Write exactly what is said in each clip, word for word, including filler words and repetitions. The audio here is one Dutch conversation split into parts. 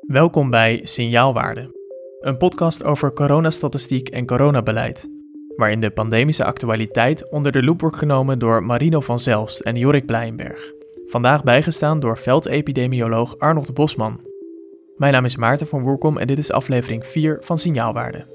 Welkom bij Signaalwaarde, een podcast over coronastatistiek en coronabeleid, waarin de pandemische actualiteit onder de loep wordt genomen door Marino van Zelst en Jorik Blijenberg. Vandaag bijgestaan door veldepidemioloog Arnold Bosman. Mijn naam is Maarten van Woerkom en dit is aflevering vier van Signaalwaarde.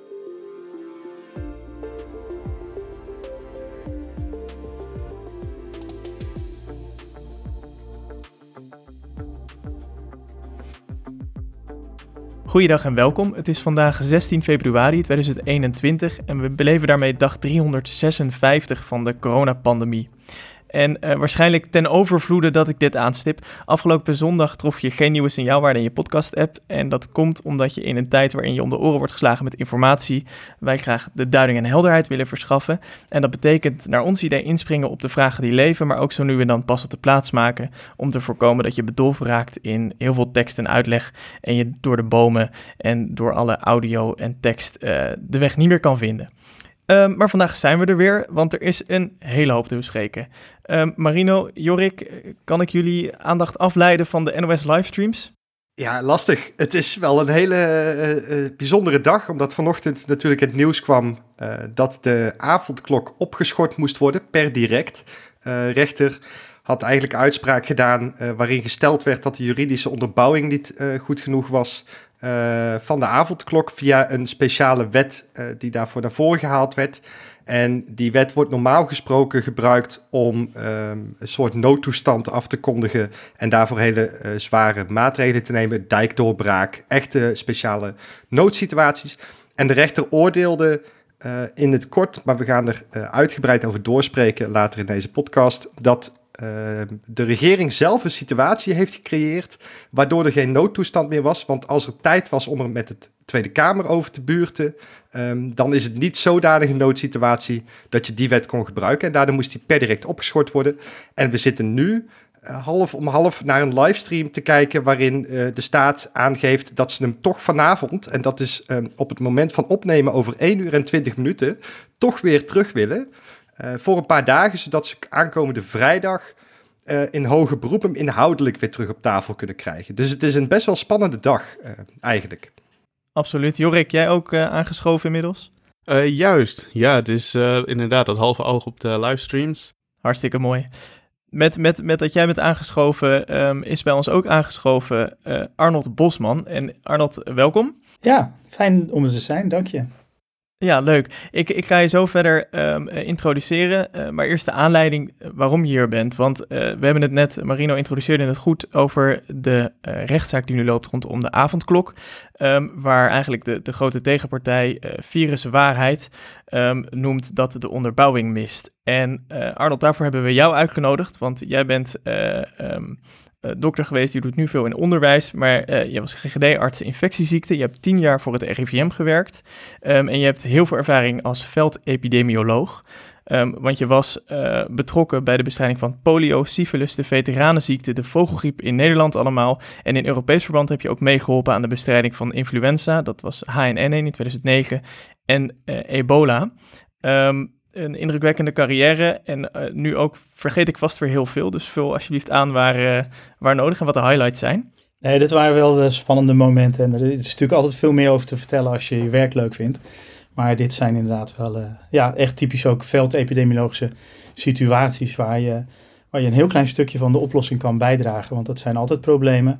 Goeiedag en welkom. Het is vandaag zestien februari tweeduizend eenentwintig en we beleven daarmee dag driehonderdzesenvijftig van de coronapandemie. En uh, waarschijnlijk ten overvloede dat ik dit aanstip. Afgelopen zondag trof je geen nieuwe signaalwaarde in je podcast-app. En dat komt omdat je in een tijd waarin je om de oren wordt geslagen met informatie, wij graag de duiding en helderheid willen verschaffen. En dat betekent naar ons idee inspringen op de vragen die leven, maar ook zo nu en dan pas op de plaats maken om te voorkomen dat je bedolven raakt in heel veel tekst en uitleg en je door de bomen en door alle audio en tekst uh, de weg niet meer kan vinden. Uh, maar vandaag zijn we er weer, want er is een hele hoop te bespreken. Uh, Marino, Jorik, kan ik jullie aandacht afleiden van de N O S livestreams? Ja, lastig. Het is wel een hele uh, uh, bijzondere dag, omdat vanochtend natuurlijk het nieuws kwam uh, dat de avondklok opgeschort moest worden per direct. Uh, rechter had eigenlijk uitspraak gedaan uh, waarin gesteld werd dat de juridische onderbouwing niet uh, goed genoeg was uh, van de avondklok via een speciale wet uh, die daarvoor naar voren gehaald werd. En die wet wordt normaal gesproken gebruikt om uh, een soort noodtoestand af te kondigen en daarvoor hele uh, zware maatregelen te nemen, dijkdoorbraak, echte speciale noodsituaties. En de rechter oordeelde uh, in het kort, maar we gaan er uh, uitgebreid over doorspreken later in deze podcast, dat Uh, de regering zelf een situatie heeft gecreëerd waardoor er geen noodtoestand meer was. Want als er tijd was om er met de Tweede Kamer over te buurten, um, dan is het niet zodanig een noodsituatie dat je die wet kon gebruiken. En daardoor moest die per direct opgeschort worden. En we zitten nu uh, half om half naar een livestream te kijken waarin uh, de staat aangeeft dat ze hem toch vanavond, en dat is um, op het moment van opnemen over één uur en twintig minuten, toch weer terug willen. Uh, voor een paar dagen, zodat ze aankomende vrijdag uh, in hoger beroep hem inhoudelijk weer terug op tafel kunnen krijgen. Dus het is een best wel spannende dag uh, eigenlijk. Absoluut. Jorik, jij ook uh, aangeschoven inmiddels? Uh, juist, ja, het is uh, inderdaad dat halve oog op de livestreams. Hartstikke mooi. Met, met, met dat jij bent aangeschoven, um, is bij ons ook aangeschoven uh, Arnold Bosman. En Arnold, welkom. Ja, fijn om er te zijn, dank je. Ja, leuk. Ik, ik ga je zo verder um, uh, introduceren, uh, maar eerst de aanleiding waarom je hier bent. Want uh, we hebben het net, Marino introduceerde het goed, over de uh, rechtszaak die nu loopt rondom de avondklok. Um, waar eigenlijk de, de grote tegenpartij uh, Virus Waarheid um, noemt dat de onderbouwing mist. En uh, Arnold, daarvoor hebben we jou uitgenodigd, want jij bent uh, um, uh, dokter geweest, die doet nu veel in onderwijs, maar uh, je was G G D-arts infectieziekten. Je hebt tien jaar voor het R I V M gewerkt um, en je hebt heel veel ervaring als veldepidemioloog. Um, want je was uh, betrokken bij de bestrijding van polio, syfilis, de veteranenziekte, de vogelgriep in Nederland allemaal. En in Europees verband heb je ook meegeholpen aan de bestrijding van influenza. Dat was H N N één in tweeduizend negen en uh, ebola. Um, een indrukwekkende carrière en uh, nu ook vergeet ik vast weer heel veel. Dus vul alsjeblieft aan waar, uh, waar nodig en wat de highlights zijn. Nee, dit waren wel de spannende momenten. En er is natuurlijk altijd veel meer over te vertellen als je je werk leuk vindt. Maar dit zijn inderdaad wel uh, ja, echt typisch ook veldepidemiologische situaties waar je, waar je een heel klein stukje van de oplossing kan bijdragen. Want dat zijn altijd problemen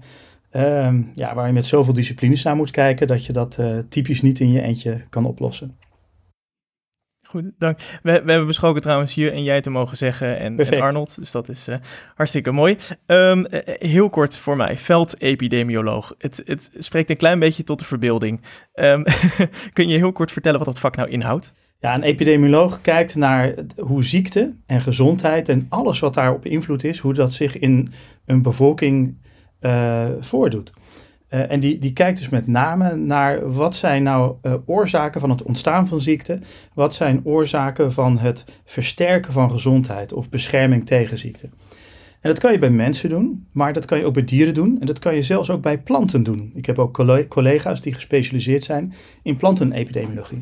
um, ja, waar je met zoveel disciplines naar moet kijken dat je dat uh, typisch niet in je eentje kan oplossen. Goed, dank. We, we hebben besproken trouwens je en jij te mogen zeggen en, en Arnold, dus dat is uh, hartstikke mooi. Um, uh, heel kort voor mij, veldepidemioloog. Het, het spreekt een klein beetje tot de verbeelding. Um, kun je heel kort vertellen wat dat vak nou inhoudt? Ja, een epidemioloog kijkt naar hoe ziekte en gezondheid en alles wat daarop invloed is, hoe dat zich in een bevolking uh, voordoet. Uh, en die, die kijkt dus met name naar wat zijn nou uh, oorzaken van het ontstaan van ziekte, wat zijn oorzaken van het versterken van gezondheid of bescherming tegen ziekte. En dat kan je bij mensen doen, maar dat kan je ook bij dieren doen en dat kan je zelfs ook bij planten doen. Ik heb ook colle- collega's die gespecialiseerd zijn in plantenepidemiologie.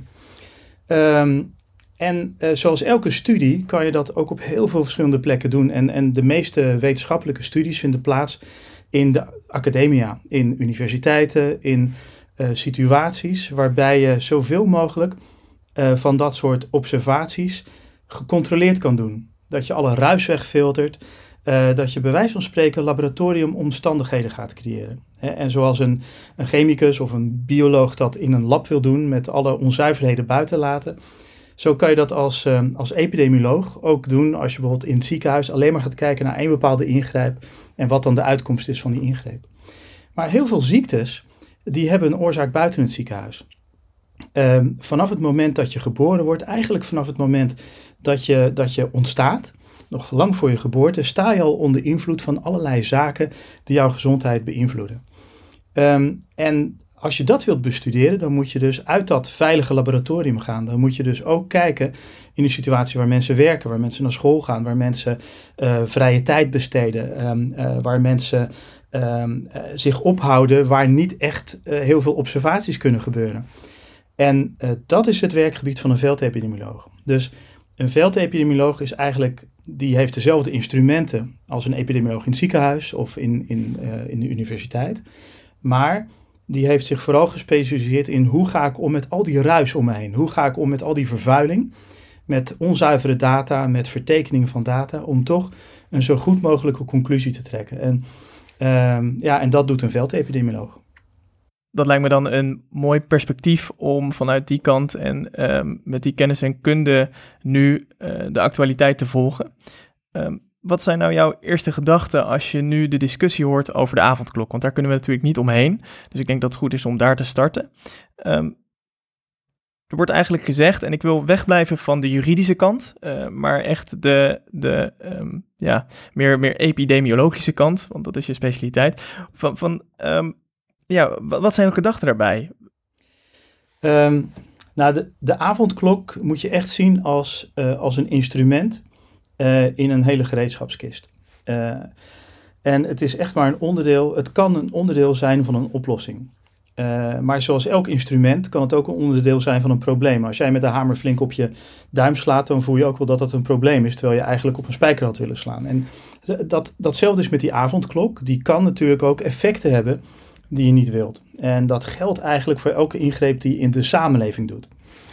Um, en uh, zoals elke studie kan je dat ook op heel veel verschillende plekken doen en, en de meeste wetenschappelijke studies vinden plaats in de academia, in universiteiten, in uh, situaties waarbij je zoveel mogelijk uh, van dat soort observaties gecontroleerd kan doen. Dat je alle ruis wegfiltert, uh, dat je bij wijze van spreken laboratoriumomstandigheden gaat creëren. Hè? En zoals een, een chemicus of een bioloog dat in een lab wil doen met alle onzuiverheden buiten laten, zo kan je dat als, uh, als epidemioloog ook doen als je bijvoorbeeld in het ziekenhuis alleen maar gaat kijken naar één bepaalde ingreep en wat dan de uitkomst is van die ingreep. Maar heel veel ziektes, die hebben een oorzaak buiten het ziekenhuis. Uh, vanaf het moment dat je geboren wordt, eigenlijk vanaf het moment dat je, dat je ontstaat, nog lang voor je geboorte, sta je al onder invloed van allerlei zaken die jouw gezondheid beïnvloeden. Um, en als je dat wilt bestuderen, dan moet je dus uit dat veilige laboratorium gaan. Dan moet je dus ook kijken in een situatie waar mensen werken, waar mensen naar school gaan, waar mensen uh, vrije tijd besteden, um, uh, waar mensen um, uh, zich ophouden, waar niet echt uh, heel veel observaties kunnen gebeuren. En uh, dat is het werkgebied van een veldepidemioloog. Dus een veldepidemioloog is eigenlijk, die heeft dezelfde instrumenten als een epidemioloog in het ziekenhuis of in, in, uh, in de universiteit. Maar die heeft zich vooral gespecialiseerd in hoe ga ik om met al die ruis om me heen. Hoe ga ik om met al die vervuiling, met onzuivere data, met vertekeningen van data, om toch een zo goed mogelijke conclusie te trekken. En, uh, ja, en dat doet een veldepidemioloog. Dat lijkt me dan een mooi perspectief om vanuit die kant en um, met die kennis en kunde nu uh, de actualiteit te volgen. Um, wat zijn nou jouw eerste gedachten als je nu de discussie hoort over de avondklok? Want daar kunnen we natuurlijk niet omheen. Dus ik denk dat het goed is om daar te starten. Um, er wordt eigenlijk gezegd, en ik wil wegblijven van de juridische kant, uh, maar echt de, de um, ja, meer, meer epidemiologische kant, want dat is je specialiteit. Van, van um, ja, wat zijn jouw gedachten daarbij? Um, nou, de, de avondklok moet je echt zien als, uh, als een instrument uh, in een hele gereedschapskist. Uh, en het is echt maar een onderdeel, het kan een onderdeel zijn van een oplossing. Uh, maar zoals elk instrument kan het ook een onderdeel zijn van een probleem. Als jij met de hamer flink op je duim slaat, dan voel je ook wel dat dat een probleem is, terwijl je eigenlijk op een spijker had willen slaan. En dat, datzelfde is met die avondklok. Die kan natuurlijk ook effecten hebben die je niet wilt. En dat geldt eigenlijk voor elke ingreep die je in de samenleving doet.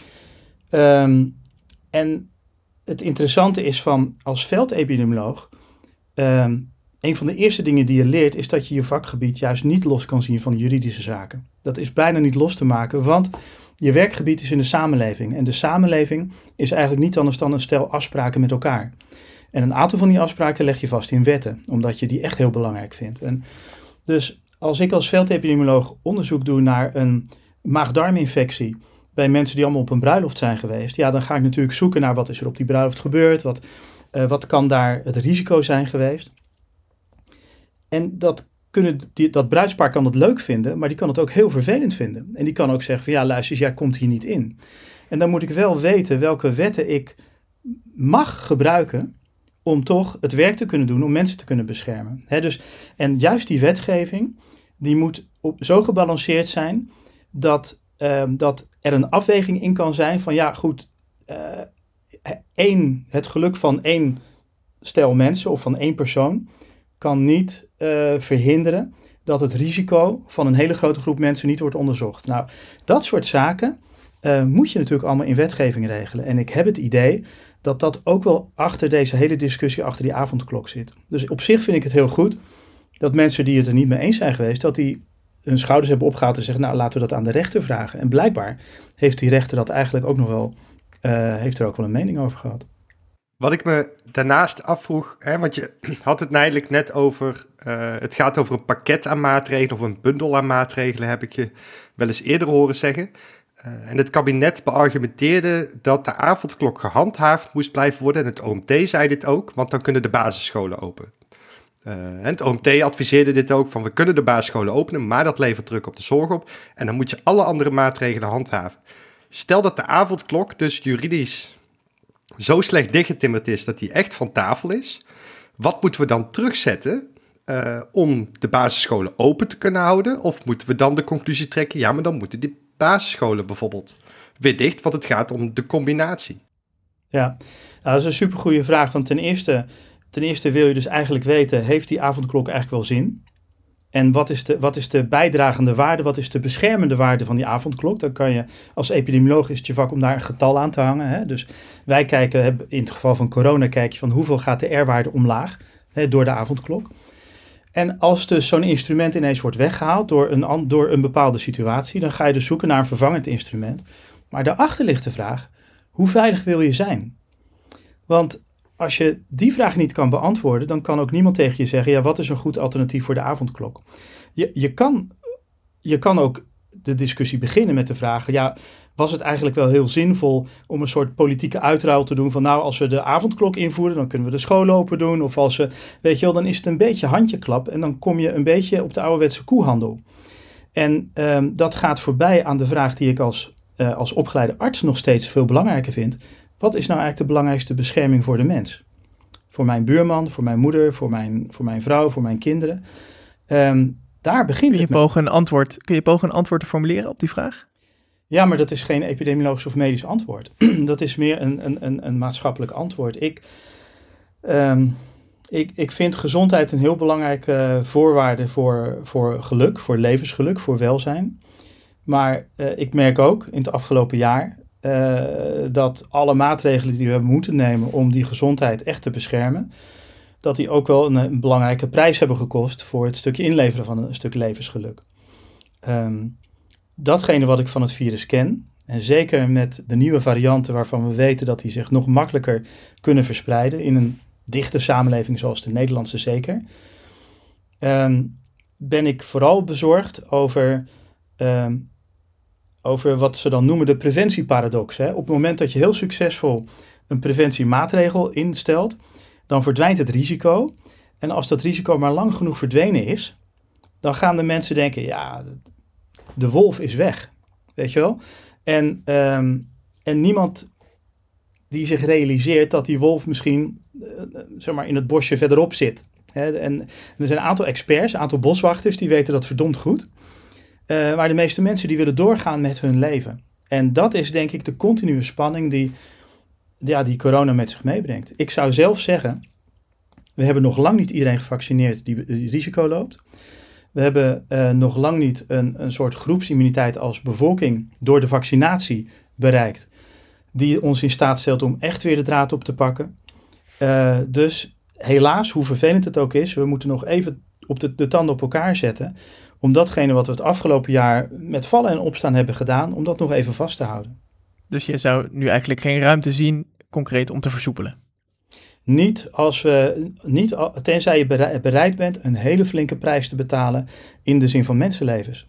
Um, en het interessante is van als veldepidemioloog, um, een van de eerste dingen die je leert is dat je je vakgebied juist niet los kan zien van juridische zaken. Dat is bijna niet los te maken, want je werkgebied is in de samenleving. En de samenleving is eigenlijk niet anders dan een stel afspraken met elkaar. En een aantal van die afspraken leg je vast in wetten, omdat je die echt heel belangrijk vindt. En dus als ik als veldepidemioloog onderzoek doe naar een maag-darminfectie bij mensen die allemaal op een bruiloft zijn geweest, ja, dan ga ik natuurlijk zoeken naar wat is er op die bruiloft gebeurd, wat, uh, wat kan daar het risico zijn geweest. En dat, kunnen die, dat bruidspaar kan het leuk vinden, maar die kan het ook heel vervelend vinden. En die kan ook zeggen van ja, luister, jij komt hier niet in. En dan moet ik wel weten welke wetten ik mag gebruiken om toch het werk te kunnen doen, om mensen te kunnen beschermen. He, dus, en juist die wetgeving, die moet op, zo gebalanceerd zijn dat, uh, dat er een afweging in kan zijn van ja, goed, uh, één, het geluk van één stel mensen of van één persoon kan niet uh, verhinderen dat het risico van een hele grote groep mensen niet wordt onderzocht. Nou, dat soort zaken uh, moet je natuurlijk allemaal in wetgeving regelen. En ik heb het idee dat dat ook wel achter deze hele discussie, achter die avondklok zit. Dus op zich vind ik het heel goed dat mensen die het er niet mee eens zijn geweest, dat die hun schouders hebben opgehaald en zeggen, nou, laten we dat aan de rechter vragen. En blijkbaar heeft die rechter dat eigenlijk ook nog wel, uh, heeft er ook wel een mening over gehad. Wat ik me daarnaast afvroeg, hè, want je had het eigenlijk net over, uh, het gaat over een pakket aan maatregelen of een bundel aan maatregelen, heb ik je wel eens eerder horen zeggen. Uh, en het kabinet beargumenteerde dat de avondklok gehandhaafd moest blijven worden. En het O M T zei dit ook, want dan kunnen de basisscholen open. Uh, en het O M T adviseerde dit ook, van we kunnen de basisscholen openen, maar dat levert druk op de zorg op. En dan moet je alle andere maatregelen handhaven. Stel dat de avondklok dus juridisch zo slecht dichtgetimmerd is dat die echt van tafel is. Wat moeten we dan terugzetten uh, om de basisscholen open te kunnen houden? Of moeten we dan de conclusie trekken, ja, maar dan moeten die basisscholen bijvoorbeeld weer dicht, want het gaat om de combinatie. Ja, nou, dat is een supergoeie vraag, want ten eerste, ten eerste wil je dus eigenlijk weten, heeft die avondklok eigenlijk wel zin? En wat is, de, wat is de bijdragende waarde, wat is de beschermende waarde van die avondklok? Dan kan je, als epidemioloog is het je vak om daar een getal aan te hangen. Hè? Dus wij kijken, in het geval van corona, kijk je van hoeveel gaat de R-waarde omlaag, hè, door de avondklok. En als dus zo'n instrument ineens wordt weggehaald door een, door een bepaalde situatie, dan ga je dus zoeken naar een vervangend instrument. Maar daarachter ligt de vraag, hoe veilig wil je zijn? Want als je die vraag niet kan beantwoorden, dan kan ook niemand tegen je zeggen, ja, wat is een goed alternatief voor de avondklok? Je, je, kan, je kan ook de discussie beginnen met de vraag, ja, was het eigenlijk wel heel zinvol om een soort politieke uitruil te doen van, nou, als we de avondklok invoeren, dan kunnen we de scholen open doen. Of als we, weet je wel, dan is het een beetje handjeklap en dan kom je een beetje op de ouderwetse koehandel. En um, dat gaat voorbij aan de vraag die ik als, uh, als opgeleide arts nog steeds veel belangrijker vind. Wat is nou eigenlijk de belangrijkste bescherming voor de mens? Voor mijn buurman, voor mijn moeder, voor mijn, voor mijn vrouw, voor mijn kinderen. Um, daar begint kun je het pogen een antwoord, Kun je pogen een antwoord te formuleren op die vraag? Ja, maar dat is geen epidemiologisch of medisch antwoord. Dat is meer een, een, een, een maatschappelijk antwoord. Ik, um, ik, ik vind gezondheid een heel belangrijke voorwaarde voor, voor geluk, voor levensgeluk, voor welzijn. Maar uh, ik merk ook in het afgelopen jaar uh, dat alle maatregelen die we hebben moeten nemen om die gezondheid echt te beschermen, dat die ook wel een, een belangrijke prijs hebben gekost voor het stukje inleveren van een, een stuk levensgeluk. Um, Datgene wat ik van het virus ken, en zeker met de nieuwe varianten waarvan we weten dat die zich nog makkelijker kunnen verspreiden in een dichte samenleving zoals de Nederlandse zeker, um, ben ik vooral bezorgd over, um, over wat ze dan noemen de preventieparadox. Hè. Op het moment dat je heel succesvol een preventiemaatregel instelt, dan verdwijnt het risico. En als dat risico maar lang genoeg verdwenen is, dan gaan de mensen denken, ja, de wolf is weg, weet je wel. En, um, en niemand die zich realiseert dat die wolf misschien uh, zeg maar in het bosje verderop zit. Hè? En, en er zijn een aantal experts, een aantal boswachters, die weten dat verdomd goed. Uh, maar de meeste mensen die willen doorgaan met hun leven. En dat is denk ik de continue spanning die, ja, die corona met zich meebrengt. Ik zou zelf zeggen, we hebben nog lang niet iedereen gevaccineerd die, die risico loopt. We hebben uh, nog lang niet een, een soort groepsimmuniteit als bevolking door de vaccinatie bereikt, die ons in staat stelt om echt weer de draad op te pakken. Uh, dus helaas, hoe vervelend het ook is, we moeten nog even op de, de tanden op elkaar zetten om datgene wat we het afgelopen jaar met vallen en opstaan hebben gedaan, om dat nog even vast te houden. Dus je zou nu eigenlijk geen ruimte zien, concreet, om te versoepelen? Niet als we, niet, tenzij je bereid bent een hele flinke prijs te betalen in de zin van mensenlevens.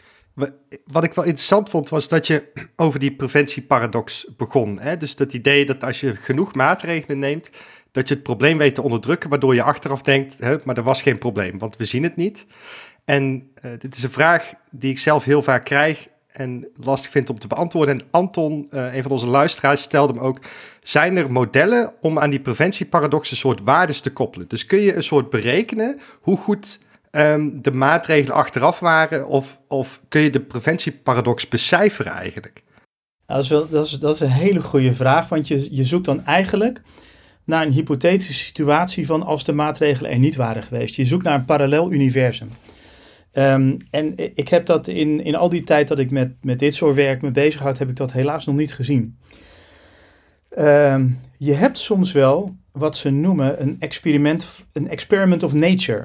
Wat ik wel interessant vond, was dat je over die preventieparadox begon. Hè? Dus dat idee dat als je genoeg maatregelen neemt, dat je het probleem weet te onderdrukken, waardoor je achteraf denkt, hè, maar er was geen probleem, want we zien het niet. En uh, dit is een vraag die ik zelf heel vaak krijg en lastig vind om te beantwoorden. En Anton, uh, een van onze luisteraars, stelde hem ook, zijn er modellen om aan die preventieparadox een soort waardes te koppelen? Dus kun je een soort berekenen hoe goed um, de maatregelen achteraf waren, of, of kun je de preventieparadox becijferen eigenlijk? Nou, dat, is wel, dat, is, dat is een hele goede vraag, want je, je zoekt dan eigenlijk naar een hypothetische situatie van als de maatregelen er niet waren geweest. Je zoekt naar een parallel universum. Um, en ik heb dat in, in al die tijd dat ik met, met dit soort werk me bezighoud, heb ik dat helaas nog niet gezien. Um, je hebt soms wel wat ze noemen een experiment, een experiment of nature.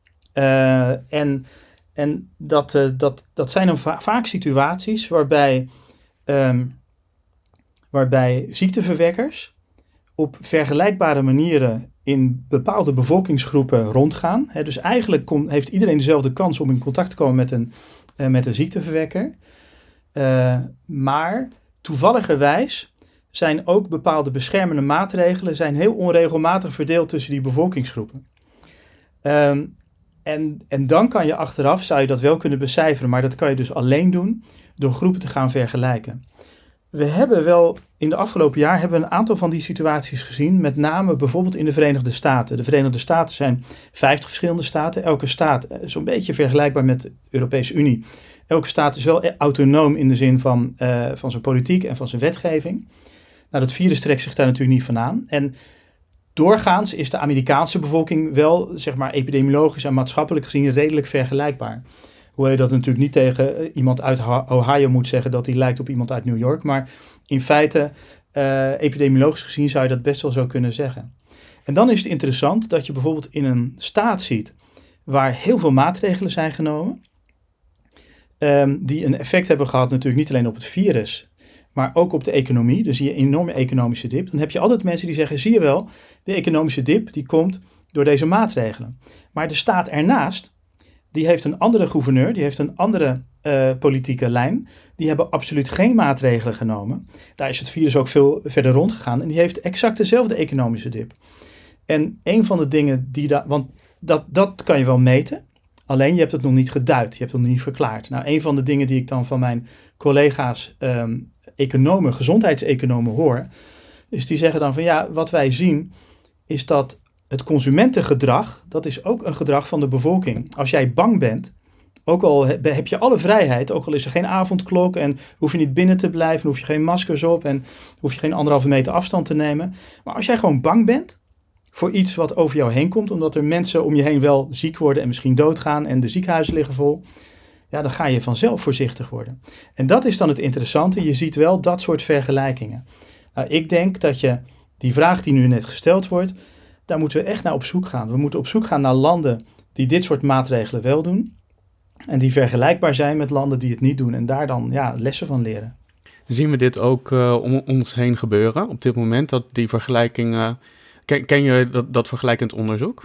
Uh, en en dat, uh, dat, dat zijn dan va- vaak situaties waarbij, um, waarbij ziekteverwekkers op vergelijkbare manieren in bepaalde bevolkingsgroepen rondgaan. He, dus eigenlijk kom, heeft iedereen dezelfde kans om in contact te komen met een, uh, met een ziekteverwekker. Uh, maar toevalligerwijs zijn ook bepaalde beschermende maatregelen zijn heel onregelmatig verdeeld tussen die bevolkingsgroepen. Um, en, en dan kan je achteraf, zou je dat wel kunnen becijferen, maar dat kan je dus alleen doen door groepen te gaan vergelijken. We hebben wel in de afgelopen jaar hebben we een aantal van die situaties gezien, met name bijvoorbeeld in de Verenigde Staten. De Verenigde Staten zijn vijftig verschillende staten. Elke staat zo'n beetje vergelijkbaar met de Europese Unie. Elke staat is wel autonoom in de zin van, uh, van zijn politiek en van zijn wetgeving. Nou, dat virus trekt zich daar natuurlijk niet van aan. En doorgaans is de Amerikaanse bevolking wel, zeg maar, epidemiologisch en maatschappelijk gezien redelijk vergelijkbaar. Hoewel je dat natuurlijk niet tegen iemand uit Ohio moet zeggen dat hij lijkt op iemand uit New York. Maar in feite, uh, epidemiologisch gezien zou je dat best wel zo kunnen zeggen. En dan is het interessant dat je bijvoorbeeld in een staat ziet waar heel veel maatregelen zijn genomen. Um, die een effect hebben gehad natuurlijk niet alleen op het virus, maar ook op de economie. Dus zie je een enorme economische dip. Dan heb je altijd mensen die zeggen, zie je wel, de economische dip die komt door deze maatregelen. Maar de staat ernaast, die heeft een andere gouverneur, die heeft een andere uh, politieke lijn. Die hebben absoluut geen maatregelen genomen. Daar is het virus ook veel verder rondgegaan en die heeft exact dezelfde economische dip. En een van de dingen die daar, want dat, dat kan je wel meten. Alleen je hebt het nog niet geduid, je hebt het nog niet verklaard. Nou, een van de dingen die ik dan van mijn collega's um, economen, gezondheidseconomen hoor, is die zeggen dan van ja, wat wij zien is dat het consumentengedrag, dat is ook een gedrag van de bevolking. Als jij bang bent, ook al heb je alle vrijheid, ook al is er geen avondklok en hoef je niet binnen te blijven, hoef je geen maskers op en hoef je geen anderhalve meter afstand te nemen. Maar als jij gewoon bang bent voor iets wat over jou heen komt, omdat er mensen om je heen wel ziek worden en misschien doodgaan en de ziekenhuizen liggen vol, ja, dan ga je vanzelf voorzichtig worden. En dat is dan het interessante. Je ziet wel dat soort vergelijkingen. Nou, ik denk dat je die vraag die nu net gesteld wordt, daar moeten we echt naar op zoek gaan. We moeten op zoek gaan naar landen die dit soort maatregelen wel doen en die vergelijkbaar zijn met landen die het niet doen en daar dan ja, lessen van leren. Zien we dit ook uh, om ons heen gebeuren op dit moment, dat die vergelijkingen... Ken, ken je dat, dat vergelijkend onderzoek?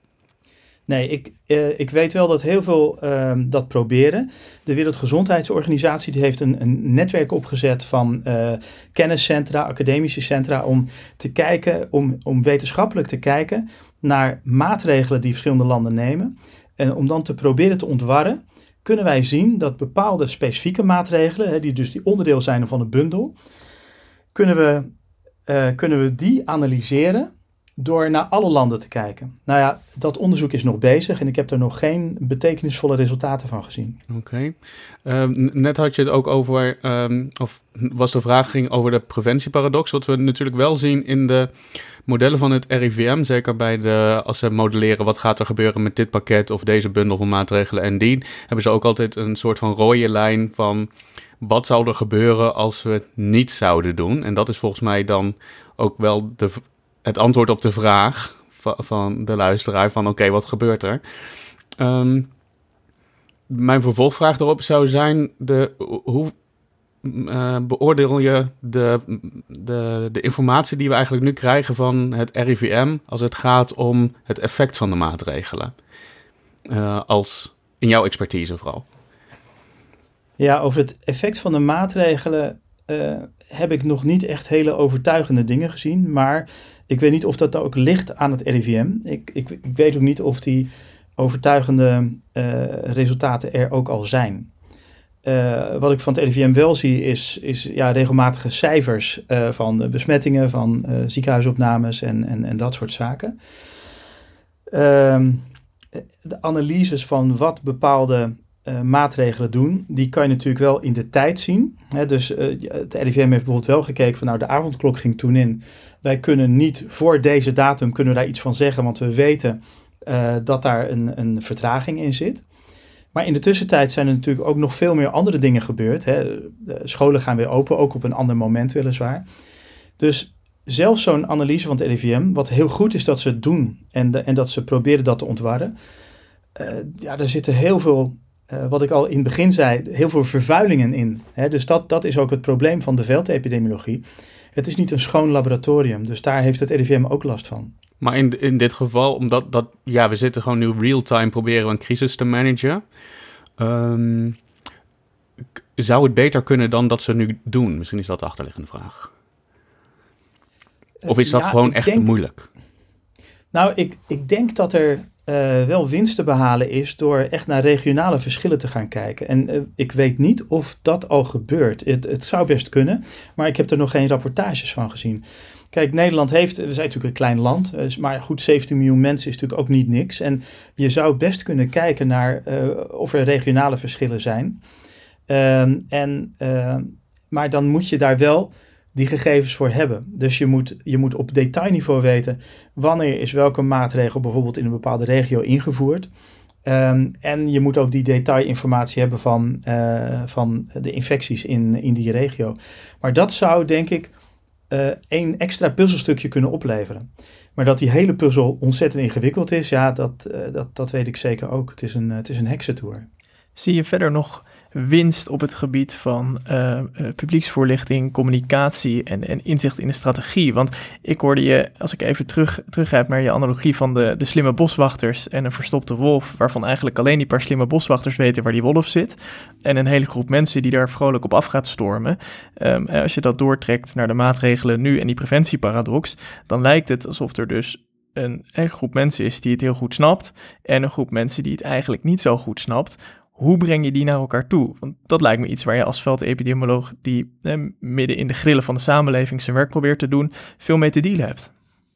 Nee, ik, uh, ik weet wel dat heel veel uh, dat proberen. De Wereldgezondheidsorganisatie die heeft een, een netwerk opgezet van uh, kenniscentra, academische centra, om te kijken, om, om wetenschappelijk te kijken naar maatregelen die verschillende landen nemen. En om dan te proberen te ontwarren, kunnen wij zien dat bepaalde specifieke maatregelen, hè, die dus die onderdeel zijn van een bundel, kunnen we, uh, kunnen we die analyseren door naar alle landen te kijken. Nou ja, dat onderzoek is nog bezig en ik heb er nog geen betekenisvolle resultaten van gezien. Oké. Okay. Uh, net had je het ook over, um, of was de vraag ging over de preventieparadox. Wat we natuurlijk wel zien in de modellen van het R I V M, zeker bij de, als ze modelleren wat gaat er gebeuren met dit pakket of deze bundel van maatregelen en die, hebben ze ook altijd een soort van rode lijn van wat zou er gebeuren als we het niet zouden doen. En dat is volgens mij dan ook wel de... het antwoord op de vraag van, van de luisteraar van oké, okay, wat gebeurt er? Um, mijn vervolgvraag daarop zou zijn, de, hoe uh, beoordeel je de, de, de informatie die we eigenlijk nu krijgen van het R I V M als het gaat om het effect van de maatregelen? Uh, als in jouw expertise vooral. Ja, over het effect van de maatregelen uh, heb ik nog niet echt hele overtuigende dingen gezien, maar ik weet niet of dat ook ligt aan het R I V M. Ik, ik, ik weet ook niet of die overtuigende uh, resultaten er ook al zijn. Uh, wat ik van het R I V M wel zie is, is ja, regelmatige cijfers uh, van besmettingen, van uh, ziekenhuisopnames en, en, en dat soort zaken. Uh, de analyses van wat bepaalde Uh, maatregelen doen, die kan je natuurlijk wel in de tijd zien. Hè, dus uh, het R I V M heeft bijvoorbeeld wel gekeken van nou de avondklok ging toen in. Wij kunnen niet voor deze datum kunnen we daar iets van zeggen, want we weten uh, dat daar een, een vertraging in zit. Maar in de tussentijd zijn er natuurlijk ook nog veel meer andere dingen gebeurd. Hè. De scholen gaan weer open, ook op een ander moment weliswaar. Dus zelfs zo'n analyse van het R I V M, wat heel goed is dat ze het doen en, de, en dat ze proberen dat te ontwarren. Uh, ja, er zitten heel veel Uh, wat ik al in het begin zei, heel veel vervuilingen in. Hè? Dus dat, dat is ook het probleem van de veldepidemiologie. Het is niet een schoon laboratorium, dus daar heeft het R I V M ook last van. Maar in, in dit geval, omdat dat, ja, we zitten gewoon nu real-time proberen we een crisis te managen. Um, k- zou het beter kunnen dan dat ze nu doen? Misschien is dat de achterliggende vraag. Of is dat uh, ja, gewoon echt denk, moeilijk? Nou, ik, ik denk dat er Uh, wel winst te behalen is door echt naar regionale verschillen te gaan kijken. En uh, ik weet niet of dat al gebeurt. Het, het zou best kunnen, maar ik heb er nog geen rapportages van gezien. Kijk, Nederland heeft, we zijn natuurlijk een klein land, uh, maar goed, zeventien miljoen mensen is natuurlijk ook niet niks. En je zou best kunnen kijken naar uh, of er regionale verschillen zijn. Uh, en, uh, maar dan moet je daar wel die gegevens voor hebben. Dus je moet, je moet op detailniveau weten wanneer is welke maatregel bijvoorbeeld in een bepaalde regio ingevoerd. Um, en je moet ook die detailinformatie hebben van, uh, van de infecties in, in die regio. Maar dat zou denk ik uh, een extra puzzelstukje kunnen opleveren. Maar dat die hele puzzel ontzettend ingewikkeld is, ja, dat, uh, dat, dat weet ik zeker ook. Het is een, uh, het is een heksentoer. Zie je verder nog winst op het gebied van uh, uh, publieksvoorlichting, communicatie en, en inzicht in de strategie? Want ik hoorde je, als ik even terug, teruggrijp naar je analogie van de, de slimme boswachters en een verstopte wolf, waarvan eigenlijk alleen die paar slimme boswachters weten waar die wolf zit, en een hele groep mensen die daar vrolijk op af gaat stormen. Um, als je dat doortrekt naar de maatregelen nu en die preventieparadox, dan lijkt het alsof er dus een hele groep mensen is die het heel goed snapt en een groep mensen die het eigenlijk niet zo goed snapt. Hoe breng je die naar elkaar toe? Want dat lijkt me iets waar je als veldepidemioloog die eh, midden in de grillen van de samenleving zijn werk probeert te doen, veel mee te dealen hebt.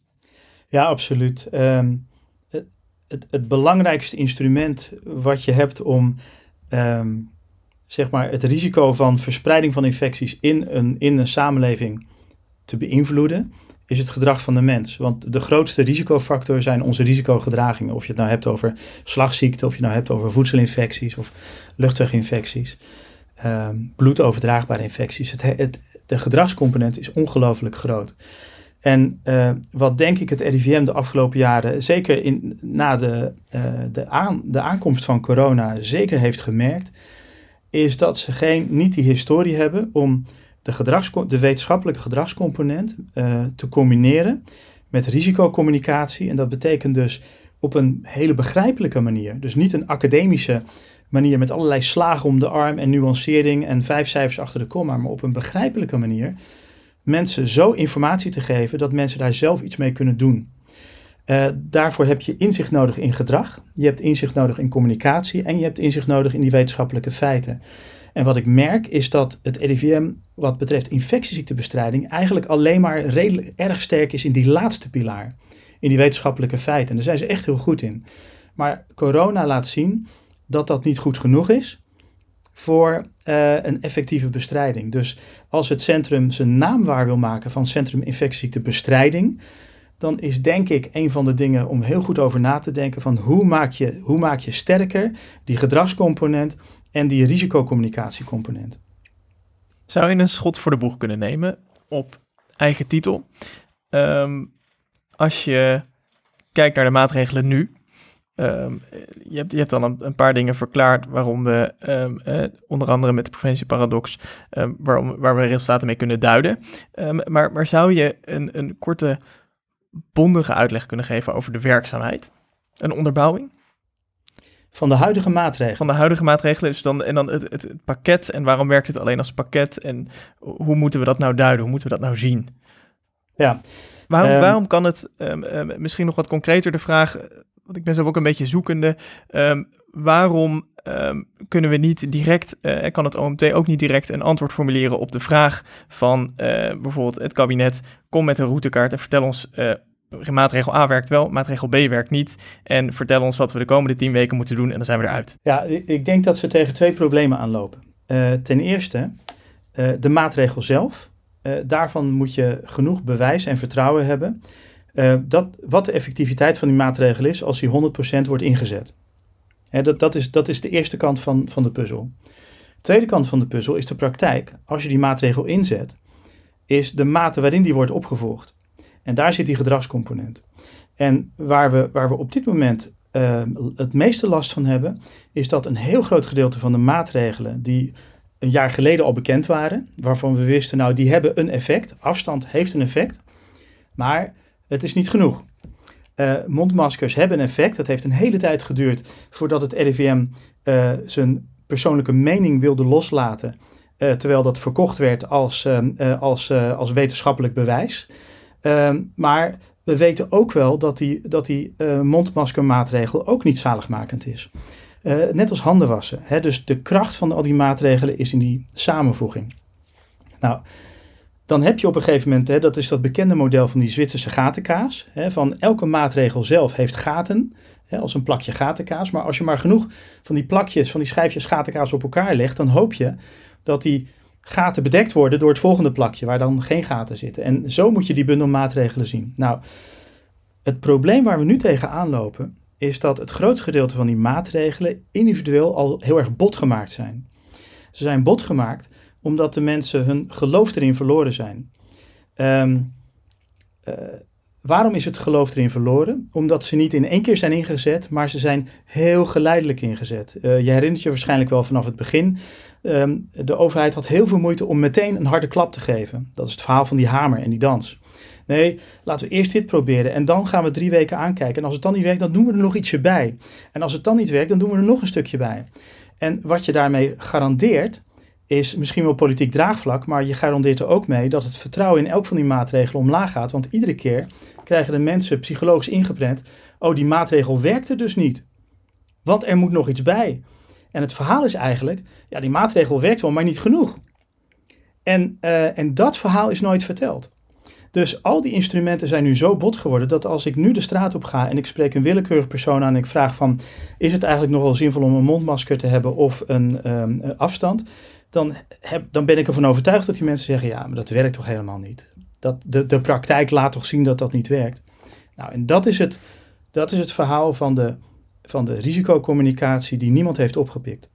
Ja, absoluut. Um, het, het, het belangrijkste instrument wat je hebt om um, zeg maar het risico van verspreiding van infecties in een, in een samenleving te beïnvloeden, is het gedrag van de mens. Want de grootste risicofactor zijn onze risicogedragingen. Of je het nou hebt over slagziekten, of je het nou hebt over voedselinfecties of luchtweginfecties, um, bloedoverdraagbare infecties. Het, het, de gedragscomponent is ongelooflijk groot. En uh, wat denk ik het R I V M de afgelopen jaren, zeker in, na de, uh, de, aan, de aankomst van corona, zeker heeft gemerkt, is dat ze geen, niet die historie hebben om de, gedrags, de wetenschappelijke gedragscomponent uh, te combineren met risicocommunicatie. En dat betekent dus op een hele begrijpelijke manier. Dus niet een academische manier met allerlei slagen om de arm en nuancering en vijf cijfers achter de komma, maar op een begrijpelijke manier mensen zo informatie te geven dat mensen daar zelf iets mee kunnen doen. Uh, daarvoor heb je inzicht nodig in gedrag, je hebt inzicht nodig in communicatie en je hebt inzicht nodig in die wetenschappelijke feiten. En wat ik merk is dat het R I V M wat betreft infectieziektebestrijding eigenlijk alleen maar redelijk erg sterk is in die laatste pilaar, in die wetenschappelijke feiten. En daar zijn ze echt heel goed in. Maar corona laat zien dat dat niet goed genoeg is voor uh, een effectieve bestrijding. Dus als het centrum zijn naam waar wil maken van Centrum Infectieziektebestrijding, dan is denk ik een van de dingen om heel goed over na te denken van hoe maak je, hoe maak je sterker die gedragscomponent en die risicocommunicatiecomponent. Zou je een schot voor de boeg kunnen nemen op eigen titel? Um, als je kijkt naar de maatregelen nu, um, je, hebt, je hebt al een, een paar dingen verklaard waarom we, um, uh, onder andere met de preventieparadox, um, waarom, waar we resultaten mee kunnen duiden. Um, maar, maar zou je een, een korte, bondige uitleg kunnen geven over de werkzaamheid? Een onderbouwing? Van de huidige maatregelen? Van de huidige maatregelen. Dus dan, en dan het, het, het pakket. En waarom werkt het alleen als pakket? En hoe moeten we dat nou duiden? Hoe moeten we dat nou zien? Ja. Waarom, um, waarom kan het, um, um, misschien nog wat concreter de vraag, want ik ben zelf ook een beetje zoekende. Um, waarom um, kunnen we niet direct, uh, kan het O M T ook niet direct een antwoord formuleren op de vraag van uh, bijvoorbeeld het kabinet, kom met een routekaart en vertel ons, uh, maatregel A werkt wel, maatregel B werkt niet. En vertel ons wat we de komende tien weken moeten doen en dan zijn we eruit. Ja, ik denk dat ze tegen twee problemen aanlopen. Uh, ten eerste, uh, de maatregel zelf. Uh, daarvan moet je genoeg bewijs en vertrouwen hebben. Uh, dat, wat de effectiviteit van die maatregel is als die honderd procent wordt ingezet. Hè, dat, dat, is, dat is de eerste kant van, van de puzzel. De tweede kant van de puzzel is de praktijk. Als je die maatregel inzet, is de mate waarin die wordt opgevolgd. En daar zit die gedragscomponent. En waar we, waar we op dit moment uh, het meeste last van hebben, is dat een heel groot gedeelte van de maatregelen die een jaar geleden al bekend waren, waarvan we wisten, nou, die hebben een effect. Afstand heeft een effect, maar het is niet genoeg. Uh, mondmaskers hebben een effect. Dat heeft een hele tijd geduurd voordat het R I V M uh, zijn persoonlijke mening wilde loslaten, uh, terwijl dat verkocht werd als, uh, uh, als, uh, als wetenschappelijk bewijs. Uh, maar we weten ook wel dat die, dat die uh, mondmaskermaatregel ook niet zaligmakend is. Uh, net als handen wassen. Hè? Dus de kracht van al die maatregelen is in die samenvoeging. Nou, dan heb je op een gegeven moment, hè, dat is dat bekende model van die Zwitserse gatenkaas. Hè, van elke maatregel zelf heeft gaten, hè, als een plakje gatenkaas. Maar als je maar genoeg van die plakjes, van die schijfjes gatenkaas op elkaar legt, dan hoop je dat die gaten bedekt worden door het volgende plakje, waar dan geen gaten zitten. En zo moet je die bundel maatregelen zien. Nou, het probleem waar we nu tegenaan lopen, is dat het grootste gedeelte van die maatregelen individueel al heel erg bot gemaakt zijn. Ze zijn bot gemaakt omdat de mensen hun geloof erin verloren zijn. Um, uh, waarom is het geloof erin verloren? Omdat ze niet in één keer zijn ingezet, maar ze zijn heel geleidelijk ingezet. Uh, je herinnert je waarschijnlijk wel vanaf het begin. Um, de overheid had heel veel moeite om meteen een harde klap te geven. Dat is het verhaal van die hamer en die dans. Nee, laten we eerst dit proberen en dan gaan we drie weken aankijken. En als het dan niet werkt, dan doen we er nog ietsje bij. En als het dan niet werkt, dan doen we er nog een stukje bij. En wat je daarmee garandeert, is misschien wel politiek draagvlak, maar je garandeert er ook mee dat het vertrouwen in elk van die maatregelen omlaag gaat. Want iedere keer krijgen de mensen psychologisch ingeprent, oh, die maatregel werkte dus niet. Want er moet nog iets bij. En het verhaal is eigenlijk, ja, die maatregel werkt wel, maar niet genoeg. En, uh, en dat verhaal is nooit verteld. Dus al die instrumenten zijn nu zo bot geworden dat als ik nu de straat op ga en ik spreek een willekeurig persoon aan en ik vraag van, is het eigenlijk nog wel zinvol om een mondmasker te hebben of een um, afstand? Dan, heb, dan ben ik ervan overtuigd dat die mensen zeggen, ja, maar dat werkt toch helemaal niet. Dat, de, de praktijk laat toch zien dat dat niet werkt. Nou, en dat is het, dat is het verhaal van de, van de risicocommunicatie die niemand heeft opgepikt.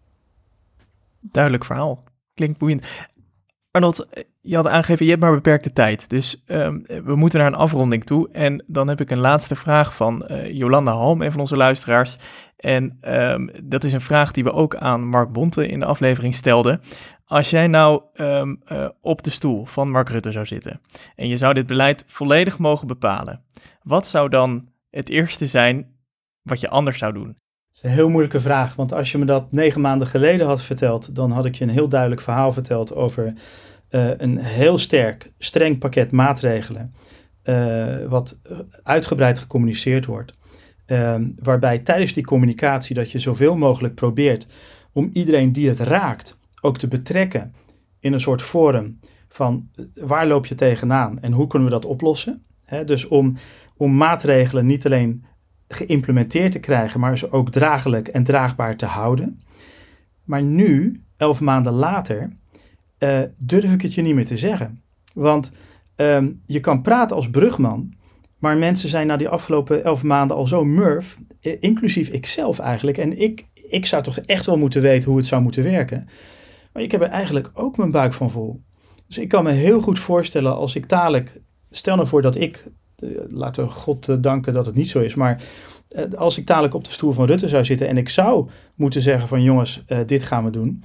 Duidelijk verhaal. Klinkt boeiend. Arnold, je had aangegeven, je hebt maar beperkte tijd. Dus um, we moeten naar een afronding toe. En dan heb ik een laatste vraag van uh, Jolanda Halm, een van onze luisteraars. En um, dat is een vraag die we ook aan Mark Bonte in de aflevering stelden. Als jij nou um, uh, op de stoel van Mark Rutte zou zitten en je zou dit beleid volledig mogen bepalen, wat zou dan het eerste zijn wat je anders zou doen? Dat is een heel moeilijke vraag, want als je me dat negen maanden geleden had verteld, dan had ik je een heel duidelijk verhaal verteld over uh, een heel sterk, streng pakket maatregelen, uh, wat uitgebreid gecommuniceerd wordt. Uh, waarbij tijdens die communicatie dat je zoveel mogelijk probeert om iedereen die het raakt ook te betrekken in een soort forum van waar loop je tegenaan en hoe kunnen we dat oplossen. He, dus om, om maatregelen niet alleen geïmplementeerd te krijgen, maar ze ook draaglijk en draagbaar te houden. Maar nu, elf maanden later, uh, durf ik het je niet meer te zeggen. Want um, je kan praten als brugman, maar mensen zijn na die afgelopen elf maanden al zo murf, inclusief ikzelf eigenlijk. En ik, ik zou toch echt wel moeten weten hoe het zou moeten werken. Maar ik heb er eigenlijk ook mijn buik van vol. Dus ik kan me heel goed voorstellen als ik dadelijk, stel nou voor dat ik, laten we God danken dat het niet zo is, maar als ik dadelijk op de stoel van Rutte zou zitten en ik zou moeten zeggen van jongens, uh, dit gaan we doen.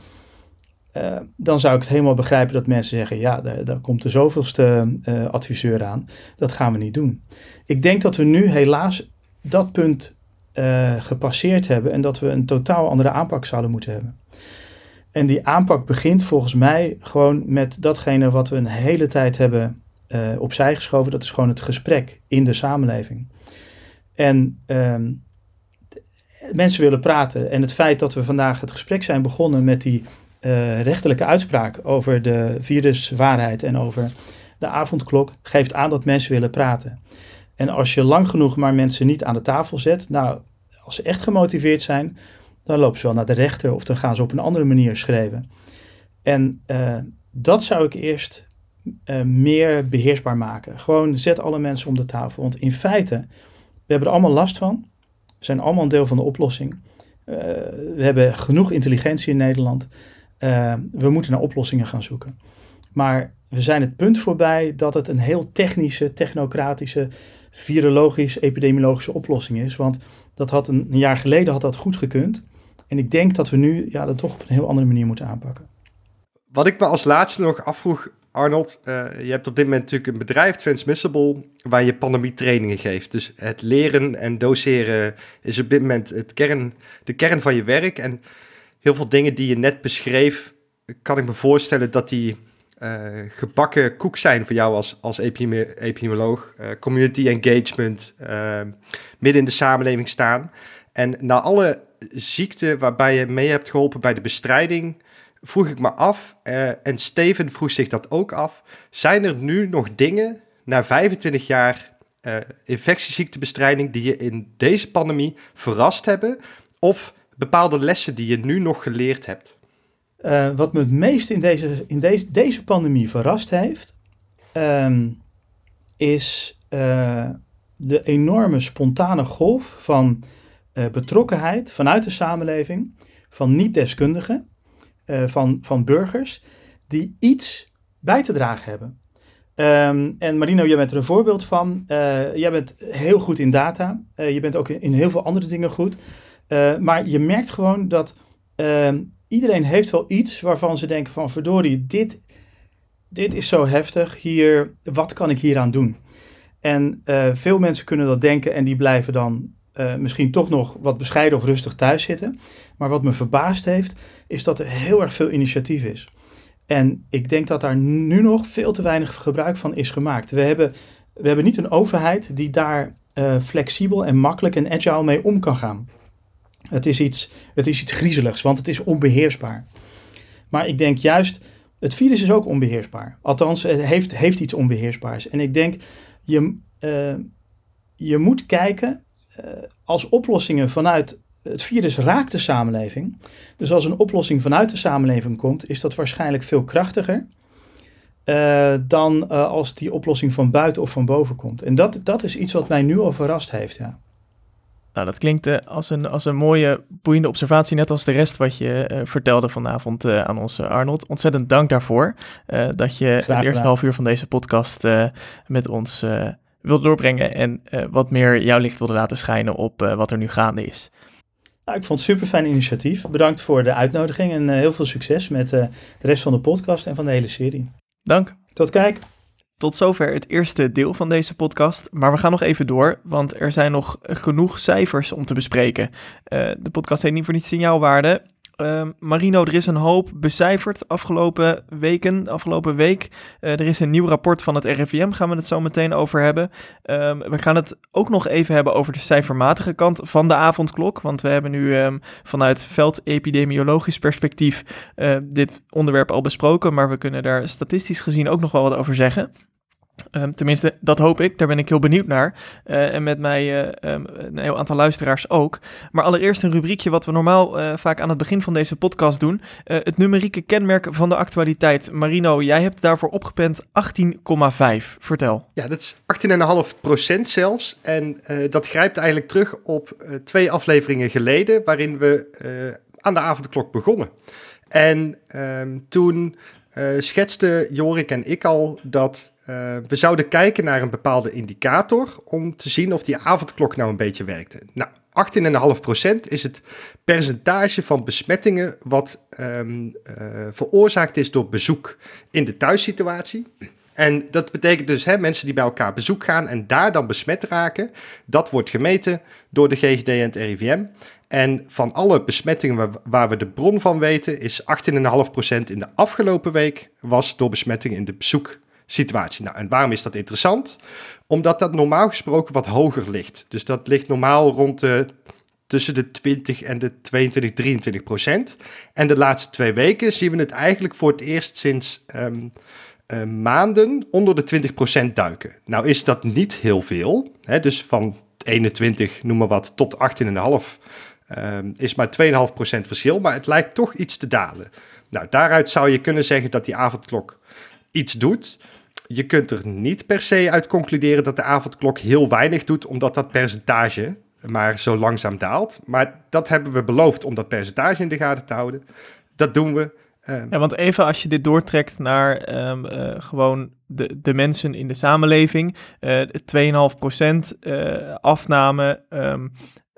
Uh, dan zou ik het helemaal begrijpen dat mensen zeggen, ja, daar, daar komt de zoveelste uh, adviseur aan. Dat gaan we niet doen. Ik denk dat we nu helaas dat punt uh, gepasseerd hebben en dat we een totaal andere aanpak zouden moeten hebben. En die aanpak begint volgens mij gewoon met datgene wat we een hele tijd hebben uh, opzij geschoven. Dat is gewoon het gesprek in de samenleving. En um, mensen willen praten. En het feit dat we vandaag het gesprek zijn begonnen met die uh, rechterlijke uitspraak over de viruswaarheid en over de avondklok, geeft aan dat mensen willen praten. En als je lang genoeg maar mensen niet aan de tafel zet, nou, als ze echt gemotiveerd zijn, dan lopen ze wel naar de rechter of dan gaan ze op een andere manier schreeuwen. En uh, dat zou ik eerst uh, meer beheersbaar maken. Gewoon zet alle mensen om de tafel. Want in feite, we hebben er allemaal last van. We zijn allemaal een deel van de oplossing. Uh, we hebben genoeg intelligentie in Nederland. Uh, we moeten naar oplossingen gaan zoeken. Maar we zijn het punt voorbij dat het een heel technische, technocratische, virologisch, epidemiologische oplossing is. Want dat had een, een jaar geleden had dat goed gekund. En ik denk dat we nu ja, dat toch op een heel andere manier moeten aanpakken. Wat ik me als laatste nog afvroeg, Arnold, uh, je hebt op dit moment natuurlijk een bedrijf, Transmissible, waar je pandemietrainingen geeft. Dus het leren en doseren is op dit moment het kern, de kern van je werk. En heel veel dingen die je net beschreef, kan ik me voorstellen dat die uh, gebakken koek zijn voor jou als, als epidemi- epidemioloog. Uh, community engagement, uh, midden in de samenleving staan. En na alle ziekten waarbij je mee hebt geholpen bij de bestrijding, vroeg ik me af, uh, en Steven vroeg zich dat ook af, zijn er nu nog dingen na vijfentwintig jaar uh, infectieziektebestrijding die je in deze pandemie verrast hebben, of bepaalde lessen die je nu nog geleerd hebt? Uh, wat me het meest in deze, in deze, deze pandemie verrast heeft, um, is uh, de enorme spontane golf van uh, betrokkenheid vanuit de samenleving, van niet-deskundigen, uh, van, van burgers, die iets bij te dragen hebben. Um, en Marino, jij bent er een voorbeeld van. Uh, jij bent heel goed in data. Uh, je bent ook in heel veel andere dingen goed. Uh, maar je merkt gewoon dat uh, iedereen heeft wel iets waarvan ze denken van verdorie, dit, dit is zo heftig. Hier, wat kan ik hieraan doen? En uh, veel mensen kunnen dat denken en die blijven dan uh, misschien toch nog wat bescheiden of rustig thuis zitten. Maar wat me verbaasd heeft, is dat er heel erg veel initiatief is. En ik denk dat daar nu nog veel te weinig gebruik van is gemaakt. We hebben, we hebben niet een overheid die daar uh, flexibel en makkelijk en agile mee om kan gaan. Het is iets, het is iets griezeligs, want het is onbeheersbaar. Maar ik denk juist, het virus is ook onbeheersbaar. Althans, het heeft, heeft iets onbeheersbaars. En ik denk, je, uh, je moet kijken uh, als oplossingen vanuit... Het virus raakt de samenleving. Dus als een oplossing vanuit de samenleving komt, is dat waarschijnlijk veel krachtiger uh, dan uh, als die oplossing van buiten of van boven komt. En dat, dat is iets wat mij nu al verrast heeft, ja. Nou, dat klinkt uh, als, een, als een mooie, boeiende observatie, net als de rest wat je uh, vertelde vanavond uh, aan ons, uh, Arnold. Ontzettend dank daarvoor, uh, dat je Graag het eerste half uur van deze podcast uh, met ons uh, wilde doorbrengen en uh, wat meer jouw licht wilde laten schijnen op uh, wat er nu gaande is. Nou, ik vond het een super fijn initiatief. Bedankt voor de uitnodiging en uh, heel veel succes met uh, de rest van de podcast en van de hele serie. Dank. Tot kijk. Tot zover het eerste deel van deze podcast, maar we gaan nog even door, want er zijn nog genoeg cijfers om te bespreken. Uh, de podcast heet niet voor niets Signaalwaarde. Uh, Marino, er is een hoop becijferd afgelopen weken, afgelopen week. Uh, er is een nieuw rapport van het R I V M, gaan we het zo meteen over hebben. Uh, we gaan het ook nog even hebben over de cijfermatige kant van de avondklok, want we hebben nu um, vanuit veldepidemiologisch perspectief uh, dit onderwerp al besproken, maar we kunnen daar statistisch gezien ook nog wel wat over zeggen. Um, tenminste, dat hoop ik. Daar ben ik heel benieuwd naar. Uh, en met mij uh, um, een heel aantal luisteraars ook. Maar allereerst een rubriekje wat we normaal uh, vaak aan het begin van deze podcast doen. Uh, het numerieke kenmerk van de actualiteit. Marino, jij hebt daarvoor opgepend achttien komma vijf. Vertel. Ja, dat is achttien komma vijf procent zelfs. En uh, dat grijpt eigenlijk terug op uh, twee afleveringen geleden, waarin we uh, aan de avondklok begonnen. En um, toen uh, schetsten Jorik en ik al dat Uh, we zouden kijken naar een bepaalde indicator om te zien of die avondklok nou een beetje werkte. Nou, achttien komma vijf procent is het percentage van besmettingen wat um, uh, veroorzaakt is door bezoek in de thuissituatie. En dat betekent dus hè, mensen die bij elkaar bezoek gaan en daar dan besmet raken. Dat wordt gemeten door de G G D en het R I V M. En van alle besmettingen waar, waar we de bron van weten is achttien komma vijf procent in de afgelopen week was door besmetting in de bezoek. Situatie. Nou, en waarom is dat interessant? Omdat dat normaal gesproken wat hoger ligt. Dus dat ligt normaal rond de, tussen de twintig en de tweeëntwintig, drieëntwintig procent. En de laatste twee weken zien we het eigenlijk voor het eerst sinds um, uh, maanden onder de twintig procent duiken. Nou is dat niet heel veel. Hè? Dus van eenentwintig, noem maar wat, tot achttien komma vijf um, is maar twee komma vijf procent verschil. Maar het lijkt toch iets te dalen. Nou, daaruit zou je kunnen zeggen dat die avondklok iets doet. Je kunt er niet per se uit concluderen dat de avondklok heel weinig doet, omdat dat percentage maar zo langzaam daalt. Maar dat hebben we beloofd om dat percentage in de gaten te houden. Dat doen we. Um, ja, want even als je dit doortrekt naar um, uh, gewoon de, de mensen in de samenleving, uh, twee komma vijf procent uh, afname um,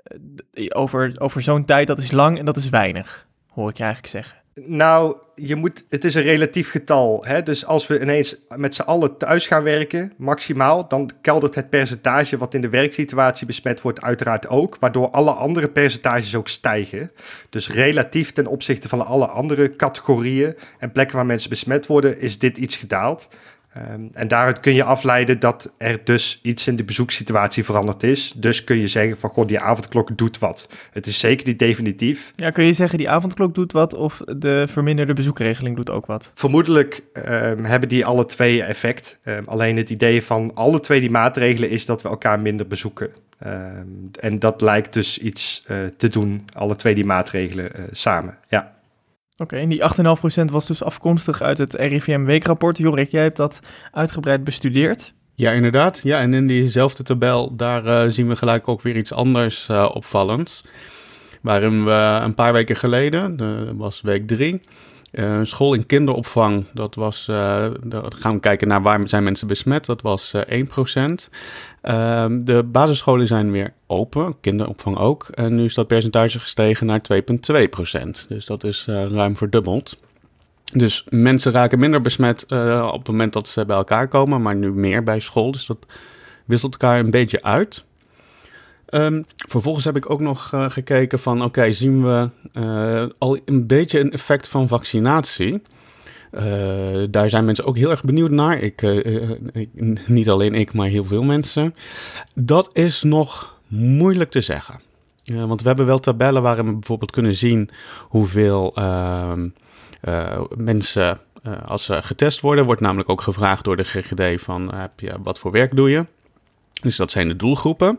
over, over zo'n tijd, dat is lang en dat is weinig, hoor ik je eigenlijk zeggen. Nou, je moet, het is een relatief getal. Hè? Dus als we ineens met z'n allen thuis gaan werken, maximaal, dan keldert het percentage wat in de werksituatie besmet wordt uiteraard ook, waardoor alle andere percentages ook stijgen. Dus relatief ten opzichte van alle andere categorieën en plekken waar mensen besmet worden, is dit iets gedaald. Um, en daaruit kun je afleiden dat er dus iets in de bezoekssituatie veranderd is. Dus kun je zeggen van, goh, die avondklok doet wat. Het is zeker niet definitief. Ja, kun je zeggen die avondklok doet wat of de verminderde bezoekregeling doet ook wat? Vermoedelijk um, hebben die alle twee effect. Um, alleen het idee van alle twee die maatregelen is dat we elkaar minder bezoeken. Um, en dat lijkt dus iets uh, te doen, alle twee die maatregelen uh, samen, ja. Oké, okay, en die acht komma vijf procent was dus afkomstig uit het R I V M-weekrapport. Jorik, jij hebt dat uitgebreid bestudeerd. Ja, inderdaad. Ja, en in diezelfde tabel, daar uh, zien we gelijk ook weer iets anders uh, opvallends. Waarin we een paar weken geleden, dat was week drie, uh, school in kinderopvang, dat was, uh, dan gaan we kijken naar waar zijn mensen besmet, dat was uh, één procent. Uh, de basisscholen zijn weer open, kinderopvang ook. En nu is dat percentage gestegen naar twee komma twee procent. Dus dat is uh, ruim verdubbeld. Dus mensen raken minder besmet uh, op het moment dat ze bij elkaar komen, maar nu meer bij school. Dus dat wisselt elkaar een beetje uit. Um, vervolgens heb ik ook nog uh, gekeken van, oké, okay, zien we uh, al een beetje een effect van vaccinatie? Uh, daar zijn mensen ook heel erg benieuwd naar. Ik, uh, uh, ik, niet alleen ik, maar heel veel mensen. Dat is nog moeilijk te zeggen. Uh, want we hebben wel tabellen waarin we bijvoorbeeld kunnen zien hoeveel uh, uh, mensen, uh, als ze getest worden, wordt namelijk ook gevraagd door de G G D van, uh, heb je, wat voor werk doe je? Dus dat zijn de doelgroepen.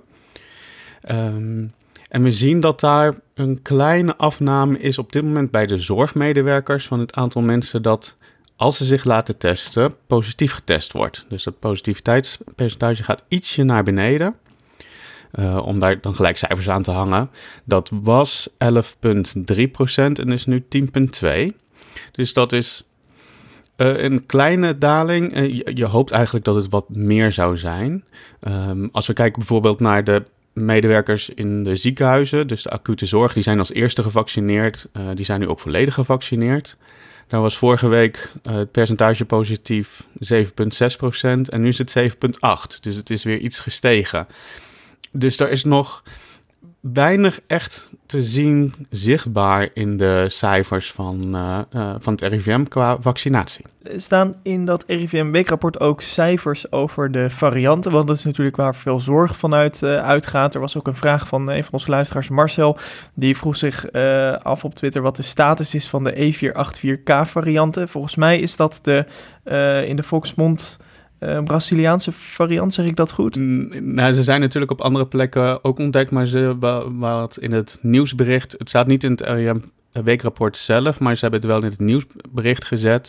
Um, en we zien dat daar een kleine afname is op dit moment bij de zorgmedewerkers van het aantal mensen dat, als ze zich laten testen, positief getest wordt. Dus dat positiviteitspercentage gaat ietsje naar beneden. Uh, om daar dan gelijk cijfers aan te hangen. Dat was elf komma drie procent en is nu tien komma twee. Dus dat is uh, een kleine daling. Uh, je, je hoopt eigenlijk dat het wat meer zou zijn. Um, als we kijken bijvoorbeeld naar de medewerkers in de ziekenhuizen, dus de acute zorg, die zijn als eerste gevaccineerd. Uh, die zijn nu ook volledig gevaccineerd. Daar was vorige week uh, het percentage positief zeven komma zes procent en nu is het zeven komma acht. Dus het is weer iets gestegen. Dus er is nog weinig echt te zien zichtbaar in de cijfers van, uh, uh, van het R I V M qua vaccinatie. Staan in dat R I V M-weekrapport ook cijfers over de varianten? Want dat is natuurlijk waar veel zorg vanuit uh, uitgaat. Er was ook een vraag van een van onze luisteraars, Marcel. Die vroeg zich uh, af op Twitter wat de status is van de E vier acht vier K-varianten. Volgens mij is dat de uh, in de volksmond Uh, Braziliaanse variant, zeg ik dat goed? Mm, nou, ze zijn natuurlijk op andere plekken ook ontdekt, maar ze, wat in het nieuwsbericht, het staat niet in het R I V M-weekrapport zelf, maar ze hebben het wel in het nieuwsbericht gezet,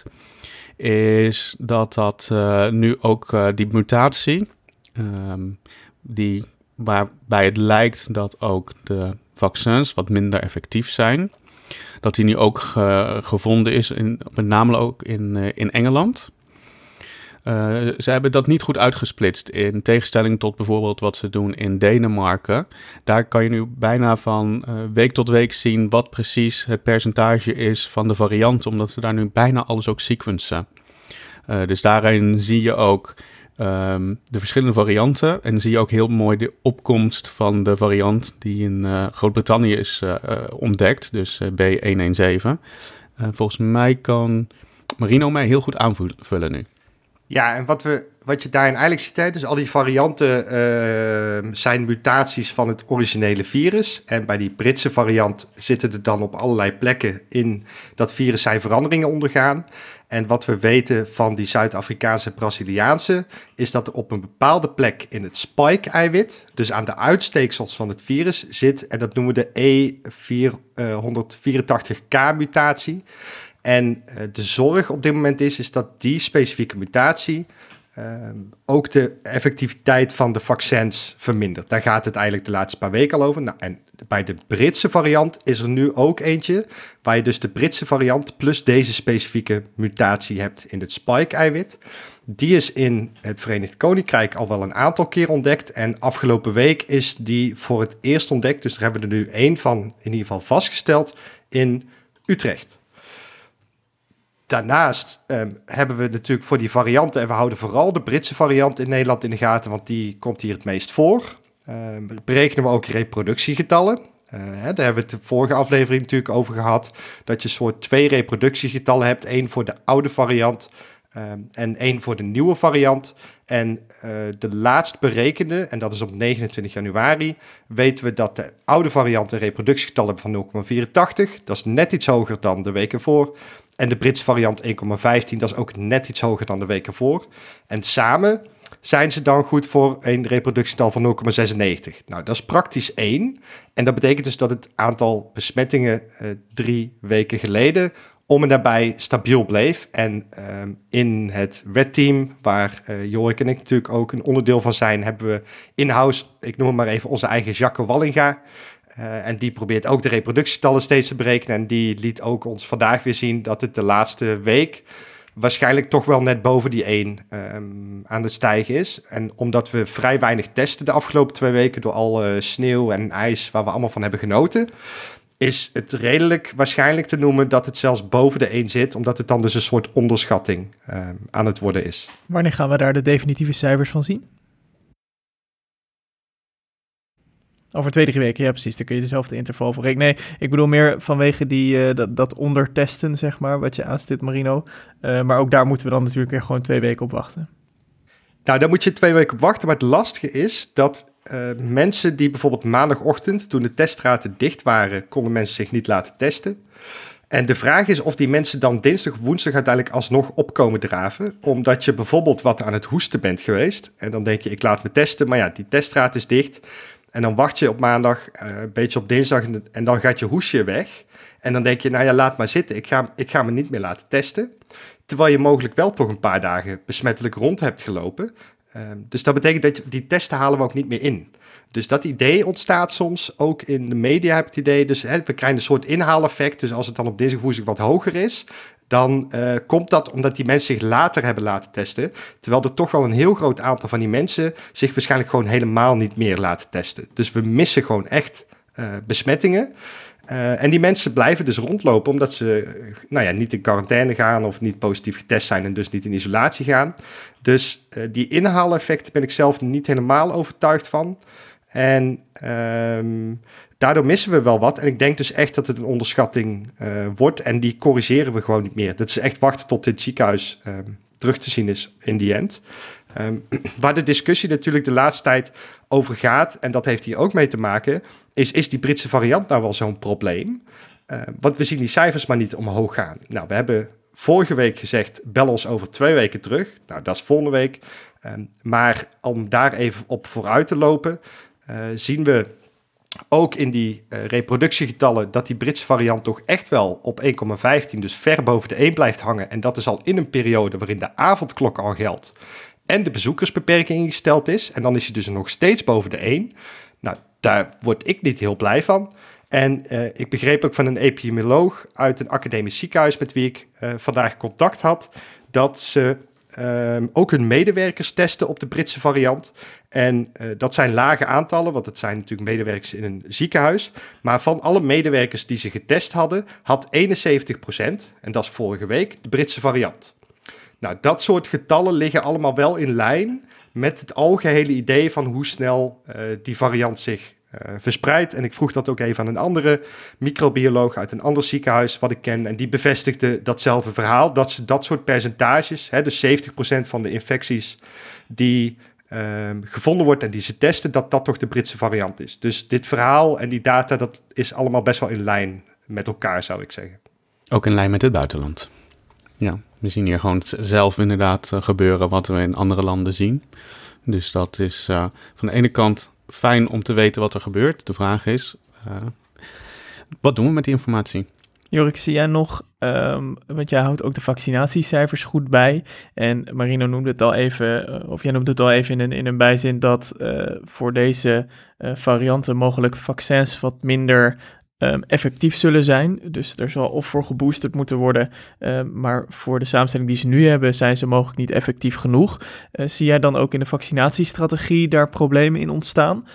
is dat dat uh, nu ook uh, die mutatie, um, die, waarbij het lijkt dat ook de vaccins wat minder effectief zijn, dat die nu ook uh, gevonden is, in, met name ook in, uh, in Engeland. Uh, ze hebben dat niet goed uitgesplitst in tegenstelling tot bijvoorbeeld wat ze doen in Denemarken. Daar kan je nu bijna van uh, week tot week zien wat precies het percentage is van de varianten, omdat ze daar nu bijna alles ook sequencen. Uh, dus daarin zie je ook um, de verschillende varianten en zie je ook heel mooi de opkomst van de variant die in uh, Groot-Brittannië is uh, uh, ontdekt, dus uh, B honderdzeven. Uh, volgens mij kan Marino mij heel goed aanvullen nu. Ja, en wat, we, wat je daarin eigenlijk ziet, hè, dus al die varianten uh, zijn mutaties van het originele virus. En bij die Britse variant zitten er dan op allerlei plekken in dat virus zijn veranderingen ondergaan. En wat we weten van die Zuid-Afrikaanse en Braziliaanse is dat er op een bepaalde plek in het spike-eiwit, dus aan de uitsteeksels van het virus, zit. En dat noemen we de E vierhonderdvierentachtig K-mutatie. En uh, de zorg op dit moment is, is dat die specifieke mutatie uh, ook de effectiviteit van de vaccins vermindert. Daar gaat het eigenlijk de laatste paar weken al over. Nou, en bij de Britse variant is er nu ook eentje, waar je dus de Britse variant plus deze specifieke mutatie hebt in het spike-eiwit. Die is in het Verenigd Koninkrijk al wel een aantal keer ontdekt. En afgelopen week is die voor het eerst ontdekt. Dus daar hebben we er nu één van in ieder geval vastgesteld in Utrecht. Daarnaast um, hebben we natuurlijk voor die varianten, en we houden vooral de Britse variant in Nederland in de gaten, want die komt hier het meest voor. Uh, berekenen we ook reproductiegetallen. Uh, hè, daar hebben we het de vorige aflevering natuurlijk over gehad, dat je soort twee reproductiegetallen hebt. één voor de oude variant um, en één voor de nieuwe variant. En uh, de laatst berekende, en dat is op negenentwintig januari, weten we dat de oude variant een reproductiegetal hebben van nul komma vierentachtig. Dat is net iets hoger dan de week ervoor. En de Britse variant één komma vijftien, dat is ook net iets hoger dan de week ervoor. En samen zijn ze dan goed voor een reproductietal van nul komma zesennegentig. Nou, dat is praktisch één. En dat betekent dus dat het aantal besmettingen uh, drie weken geleden om en daarbij stabiel bleef. En um, in het Red Team, waar uh, Jorik en ik natuurlijk ook een onderdeel van zijn, hebben we in-house, ik noem het maar even, onze eigen Jacques Wallinga. Uh, en die probeert ook de reproductietallen steeds te berekenen. En die liet ook ons vandaag weer zien dat het de laatste week waarschijnlijk toch wel net boven die één um, aan het stijgen is. En omdat we vrij weinig testen de afgelopen twee weken door alle sneeuw en ijs waar we allemaal van hebben genoten, is het redelijk waarschijnlijk te noemen dat het zelfs boven de één zit, omdat het dan dus een soort onderschatting um, aan het worden is. Wanneer gaan we daar de definitieve cijfers van zien? Over twee, drie weken, ja precies. Dan kun je dezelfde interval voor rekenen. Nee, ik bedoel meer vanwege die, uh, dat, dat ondertesten, zeg maar, wat je aanstipt, Marino. Uh, maar ook daar moeten we dan natuurlijk weer gewoon twee weken op wachten. Nou, daar moet je twee weken op wachten. Maar het lastige is dat uh, mensen die bijvoorbeeld maandagochtend, toen de teststraten dicht waren, konden mensen zich niet laten testen. En de vraag is of die mensen dan dinsdag of woensdag uiteindelijk alsnog opkomen draven. Omdat je bijvoorbeeld wat aan het hoesten bent geweest. En dan denk je, ik laat me testen. Maar ja, die teststraat is dicht. En dan wacht je op maandag, uh, een beetje op dinsdag en, en dan gaat je hoesje weg. En dan denk je, nou ja, laat maar zitten. Ik ga, ik ga me niet meer laten testen. Terwijl je mogelijk wel toch een paar dagen besmettelijk rond hebt gelopen. Uh, dus dat betekent dat je, die testen halen we ook niet meer in. Dus dat idee ontstaat soms, ook in de media heb ik het idee. Dus hè, we krijgen een soort inhaaleffect. Dus als het dan op dinsdag of woensdag wat hoger is, dan uh, komt dat omdat die mensen zich later hebben laten testen. Terwijl er toch wel een heel groot aantal van die mensen zich waarschijnlijk gewoon helemaal niet meer laten testen. Dus we missen gewoon echt uh, besmettingen. Uh, en die mensen blijven dus rondlopen omdat ze uh, nou ja, niet in quarantaine gaan of niet positief getest zijn en dus niet in isolatie gaan. Dus uh, die inhaaleffecten ben ik zelf niet helemaal overtuigd van. En um, daardoor missen we wel wat. En ik denk dus echt dat het een onderschatting uh, wordt. En die corrigeren we gewoon niet meer. Dat is echt wachten tot dit ziekenhuis um, terug te zien is in die end. Um, waar de discussie natuurlijk de laatste tijd over gaat, en dat heeft hier ook mee te maken, is, is die Britse variant nou wel zo'n probleem? Uh, want we zien die cijfers maar niet omhoog gaan. Nou, we hebben vorige week gezegd, bel ons over twee weken terug. Nou, dat is volgende week. Um, maar om daar even op vooruit te lopen, uh, zien we ook in die uh, reproductiegetallen dat die Britse variant toch echt wel op één komma vijftien, dus ver boven de één blijft hangen. En dat is al in een periode waarin de avondklok al geldt en de bezoekersbeperking ingesteld is. En dan is hij dus nog steeds boven de één. Nou, daar word ik niet heel blij van. En uh, ik begreep ook van een epidemioloog uit een academisch ziekenhuis met wie ik uh, vandaag contact had, dat ze um, ook hun medewerkers testen op de Britse variant. En uh, dat zijn lage aantallen, want het zijn natuurlijk medewerkers in een ziekenhuis. Maar van alle medewerkers die ze getest hadden, had eenenzeventig procent, en dat is vorige week, de Britse variant. Nou, dat soort getallen liggen allemaal wel in lijn met het algehele idee van hoe snel uh, die variant zich uh, verspreidt. En ik vroeg dat ook even aan een andere microbioloog uit een ander ziekenhuis wat ik ken. En die bevestigde datzelfde verhaal, dat ze dat soort percentages, hè, dus zeventig procent van de infecties die uh, gevonden wordt en die ze testen, dat dat toch de Britse variant is. Dus dit verhaal en die data, dat is allemaal best wel in lijn met elkaar, zou ik zeggen. Ook in lijn met het buitenland. Ja, we zien hier gewoon zelf inderdaad uh, gebeuren wat we in andere landen zien. Dus dat is uh, van de ene kant fijn om te weten wat er gebeurt. De vraag is, uh, wat doen we met die informatie? Jorik, zie jij nog, um, want jij houdt ook de vaccinatiecijfers goed bij. En Marino noemde het al even, of jij noemde het al even in een, in een bijzin, dat uh, voor deze uh, varianten mogelijk vaccins wat minder Um, effectief zullen zijn. Dus er zal of voor geboosterd moeten worden, um, maar voor de samenstelling die ze nu hebben, zijn ze mogelijk niet effectief genoeg. Uh, zie jij dan ook in de vaccinatiestrategie daar problemen in ontstaan?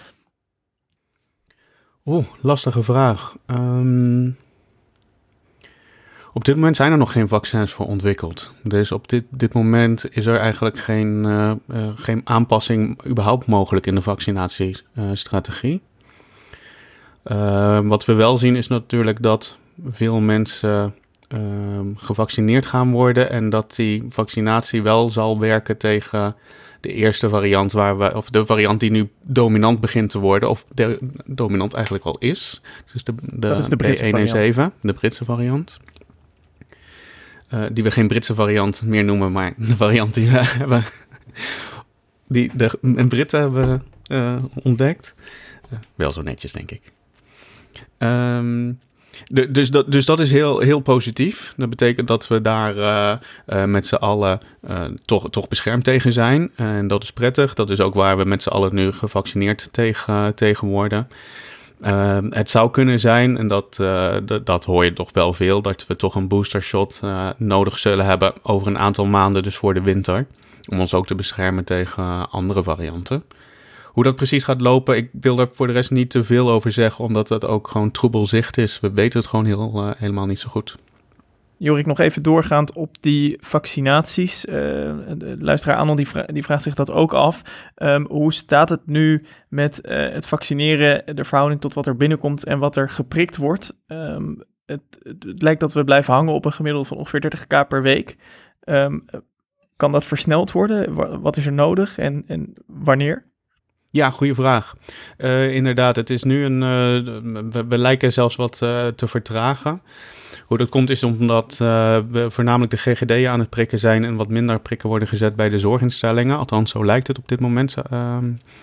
Oeh, lastige vraag. Um, op dit moment zijn er nog geen vaccins voor ontwikkeld. Dus op dit, dit moment is er eigenlijk geen, uh, uh, geen aanpassing überhaupt mogelijk in de vaccinatiestrategie. Uh, wat we wel zien is natuurlijk dat veel mensen uh, gevaccineerd gaan worden en dat die vaccinatie wel zal werken tegen de eerste variant, waar we, of de variant die nu dominant begint te worden, of de, dominant eigenlijk al is. Dus de, de, dat is de Britse B honderdzeven, de Britse variant. Uh, die we geen Britse variant meer noemen, maar de variant die we hebben, die de, de Britten hebben uh, ontdekt. Uh, wel zo netjes, denk ik. Um, De, dus, dat, dus dat is heel, heel positief. Dat betekent dat we daar uh, uh, met z'n allen uh, toch, toch beschermd tegen zijn. En dat is prettig. Dat is ook waar we met z'n allen nu gevaccineerd tegen, uh, tegen worden. Uh, het zou kunnen zijn, en dat, uh, d- dat hoor je toch wel veel, dat we toch een boostershot uh, nodig zullen hebben over een aantal maanden, dus voor de winter. Om ons ook te beschermen tegen uh, andere varianten. Hoe dat precies gaat lopen, ik wil daar voor de rest niet te veel over zeggen, omdat dat ook gewoon troebel zicht is. We weten het gewoon heel, uh, helemaal niet zo goed. Jorik, nog even doorgaand op die vaccinaties. Uh, de luisteraar Arnold die, vra- die vraagt zich dat ook af. Um, hoe staat het nu met uh, het vaccineren, de verhouding tot wat er binnenkomt en wat er geprikt wordt? Um, het, het, het lijkt dat we blijven hangen op een gemiddelde van ongeveer dertig k per week. Um, kan dat versneld worden? Wat is er nodig en, en wanneer? Ja, goede vraag. Uh, inderdaad, het is nu een... Uh, we, we lijken zelfs wat uh, te vertragen. Hoe dat komt is omdat uh, we voornamelijk de G G D'en aan het prikken zijn en wat minder prikken worden gezet bij de zorginstellingen. Althans, zo lijkt het op dit moment. Uh,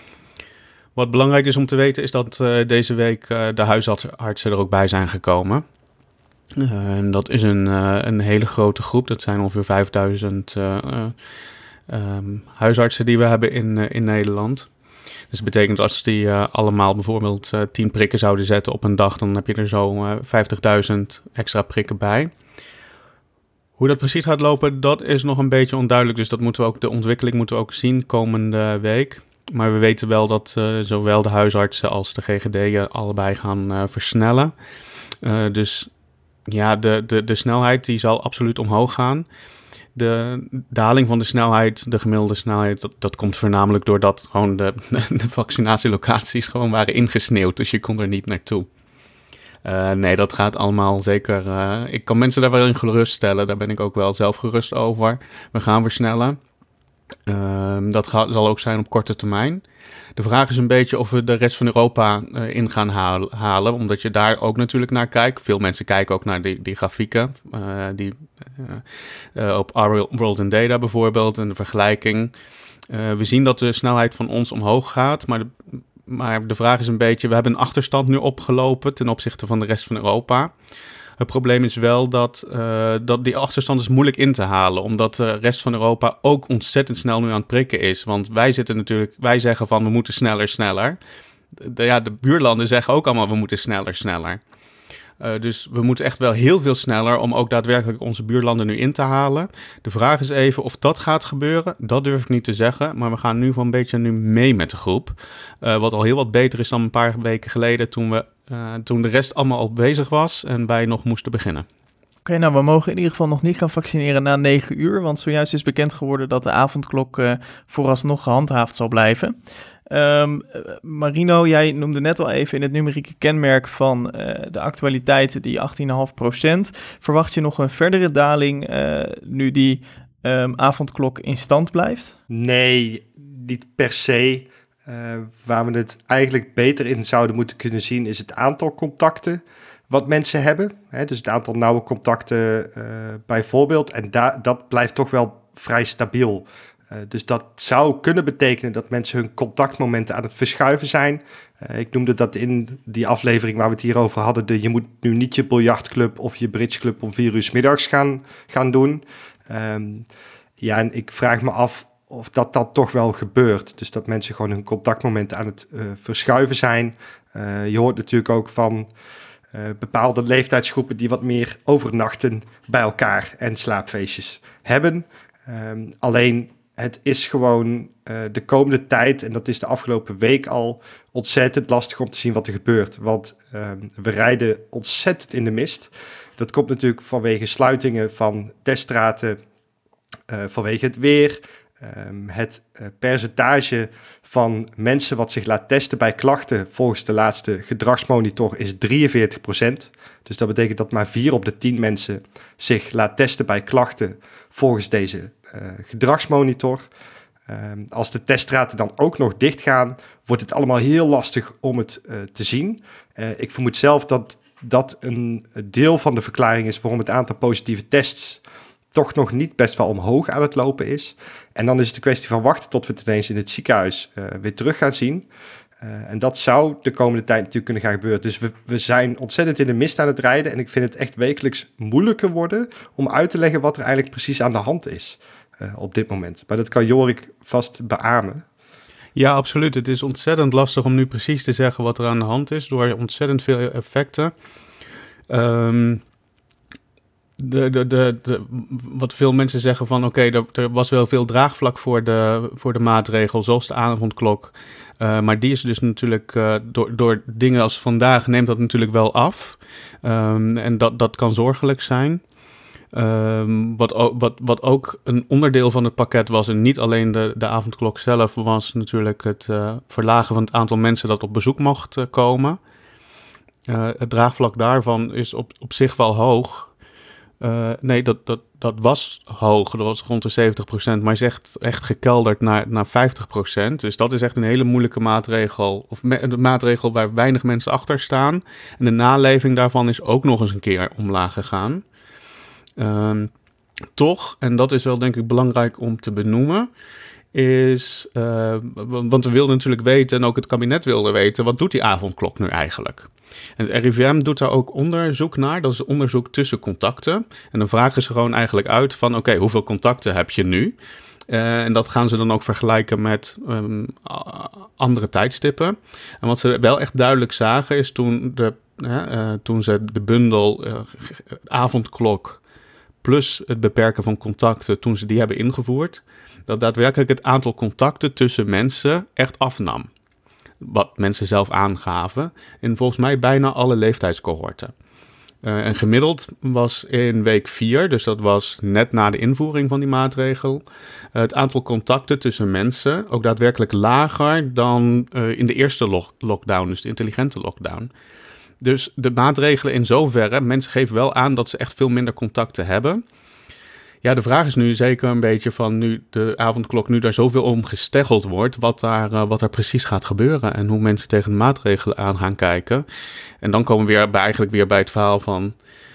wat belangrijk is om te weten is dat uh, deze week uh, de huisartsen er ook bij zijn gekomen. Uh, en dat is een, uh, een hele grote groep. Dat zijn ongeveer vijfduizend uh, uh, um, huisartsen die we hebben in, uh, in Nederland. Dus dat betekent als die uh, allemaal bijvoorbeeld uh, tien prikken zouden zetten op een dag, dan heb je er zo uh, vijftigduizend extra prikken bij. Hoe dat precies gaat lopen, dat is nog een beetje onduidelijk. Dus dat moeten we ook, de ontwikkeling moeten we ook zien komende week. Maar we weten wel dat uh, zowel de huisartsen als de G G D'en allebei gaan uh, versnellen. Uh, dus ja, de, de, de snelheid die zal absoluut omhoog gaan. De daling van de snelheid, de gemiddelde snelheid, dat, dat komt voornamelijk doordat gewoon de, de vaccinatielocaties gewoon waren ingesneeuwd. Dus je kon er niet naartoe. Uh, nee, dat gaat allemaal zeker... Uh, ik kan mensen daar wel in geruststellen. Daar ben ik ook wel zelf gerust over. We gaan versnellen. Uh, dat gaat, zal ook zijn op korte termijn. De vraag is een beetje of we de rest van Europa uh, in gaan haal, halen. Omdat je daar ook natuurlijk naar kijkt. Veel mensen kijken ook naar die, die grafieken. Uh, die, uh, uh, op Our World in Data bijvoorbeeld. En de vergelijking. Uh, we zien dat de snelheid van ons omhoog gaat. Maar de, maar de vraag is een beetje... We hebben een achterstand nu opgelopen ten opzichte van de rest van Europa. Het probleem is wel dat, uh, dat die achterstand is moeilijk in te halen. Omdat de rest van Europa ook ontzettend snel nu aan het prikken is. Want wij zitten natuurlijk, wij zeggen van we moeten sneller, sneller. De, ja, de buurlanden zeggen ook allemaal we moeten sneller, sneller. Uh, dus we moeten echt wel heel veel sneller om ook daadwerkelijk onze buurlanden nu in te halen. De vraag is even of dat gaat gebeuren. Dat durf ik niet te zeggen. Maar we gaan nu wel een beetje nu mee met de groep. Uh, wat al heel wat beter is dan een paar weken geleden toen we... Uh, toen de rest allemaal al bezig was en wij nog moesten beginnen. Oké, okay, nou we mogen in ieder geval nog niet gaan vaccineren na negen uur, want zojuist is bekend geworden dat de avondklok uh, vooralsnog gehandhaafd zal blijven. Um, Marino, jij noemde net al even in het numerieke kenmerk van uh, de actualiteit die achttien komma vijf procent. Verwacht je nog een verdere daling uh, nu die um, avondklok in stand blijft? Nee, niet per se. Uh, waar we het eigenlijk beter in zouden moeten kunnen zien is het aantal contacten wat mensen hebben. Hè? Dus het aantal nauwe contacten uh, bijvoorbeeld. En da- dat blijft toch wel vrij stabiel. Uh, dus dat zou kunnen betekenen dat mensen hun contactmomenten aan het verschuiven zijn. Uh, ik noemde dat in die aflevering waar we het hier over hadden. De, je moet nu niet je biljartclub of je bridgeclub om vier uur 's middags gaan, gaan doen. Um, ja, en ik vraag me af of dat dat toch wel gebeurt. Dus dat mensen gewoon hun contactmomenten aan het uh, verschuiven zijn. Uh, je hoort natuurlijk ook van uh, bepaalde leeftijdsgroepen die wat meer overnachten bij elkaar en slaapfeestjes hebben. Um, alleen het is gewoon uh, de komende tijd, en dat is de afgelopen week al, ontzettend lastig om te zien wat er gebeurt. Want um, we rijden ontzettend in de mist. Dat komt natuurlijk vanwege sluitingen van teststraten, uh, vanwege het weer. Um, het uh, percentage van mensen wat zich laat testen bij klachten volgens de laatste gedragsmonitor is drieënveertig procent. Dus dat betekent dat maar vier op de tien mensen zich laat testen bij klachten volgens deze uh, gedragsmonitor. Um, als de teststraten dan ook nog dichtgaan, wordt het allemaal heel lastig om het uh, te zien. Uh, ik vermoed zelf dat dat een deel van de verklaring is waarom het aantal positieve tests toch nog niet best wel omhoog aan het lopen is. En dan is het een kwestie van wachten tot we het ineens in het ziekenhuis uh, weer terug gaan zien. Uh, en dat zou de komende tijd natuurlijk kunnen gaan gebeuren. Dus we, we zijn ontzettend in de mist aan het rijden. En ik vind het echt wekelijks moeilijker worden om uit te leggen wat er eigenlijk precies aan de hand is uh, op dit moment. Maar dat kan Jorik vast beamen. Ja, absoluut. Het is ontzettend lastig om nu precies te zeggen wat er aan de hand is, door ontzettend veel effecten. Um, de, de, de, de, wat veel mensen zeggen van oké, okay, er, er was wel veel draagvlak voor de, voor de maatregel, zoals de avondklok. Uh, maar die is dus natuurlijk uh, door, door dingen als vandaag neemt dat natuurlijk wel af. Um, en dat, dat kan zorgelijk zijn. Um, wat, o- wat, wat ook een onderdeel van het pakket was, en niet alleen de, de avondklok zelf, was natuurlijk het uh, verlagen van het aantal mensen dat op bezoek mocht uh, komen. Uh, het draagvlak daarvan is op, op zich wel hoog. Uh, nee, dat, dat, dat was hoog, dat was rond de zeventig procent, maar is echt, echt gekelderd naar, naar vijftig procent. Dus dat is echt een hele moeilijke maatregel, of me, een maatregel waar weinig mensen achter staan. En de naleving daarvan is ook nog eens een keer omlaag gegaan. Um, toch, en dat is wel denk ik belangrijk om te benoemen, is, uh, want we wilden natuurlijk weten, en ook het kabinet wilde weten, wat doet die avondklok nu eigenlijk? En het R I V M doet daar ook onderzoek naar, dat is onderzoek tussen contacten. En dan vragen ze gewoon eigenlijk uit van, oké, okay, hoeveel contacten heb je nu? Uh, en dat gaan ze dan ook vergelijken met um, andere tijdstippen. En wat ze wel echt duidelijk zagen is toen, de, uh, toen ze de bundel uh, avondklok plus het beperken van contacten, toen ze die hebben ingevoerd, dat daadwerkelijk het aantal contacten tussen mensen echt afnam. Wat mensen zelf aangaven. En volgens mij bijna alle leeftijdscohorten. Uh, en gemiddeld was in week vier, dus dat was net na de invoering van die maatregel, uh, het aantal contacten tussen mensen ook daadwerkelijk lager dan uh, in de eerste lo- lockdown, dus de intelligente lockdown. Dus de maatregelen in zoverre, mensen geven wel aan dat ze echt veel minder contacten hebben. Ja, de vraag is nu zeker een beetje van nu de avondklok, nu daar zoveel om gesteggeld wordt, wat daar, uh, wat daar precies gaat gebeuren en hoe mensen tegen de maatregelen aan gaan kijken. En dan komen we weer bij, eigenlijk weer bij het verhaal van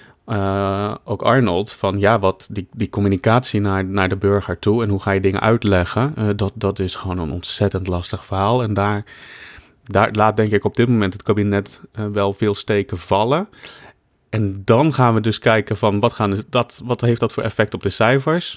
uh, ook Arnold, van ja, wat die, die communicatie naar, naar de burger toe en hoe ga je dingen uitleggen, uh, dat, dat is gewoon een ontzettend lastig verhaal. En daar, daar laat denk ik op dit moment het kabinet uh, wel veel steken vallen. En dan gaan we dus kijken van wat, gaan dat, wat heeft dat voor effect op de cijfers?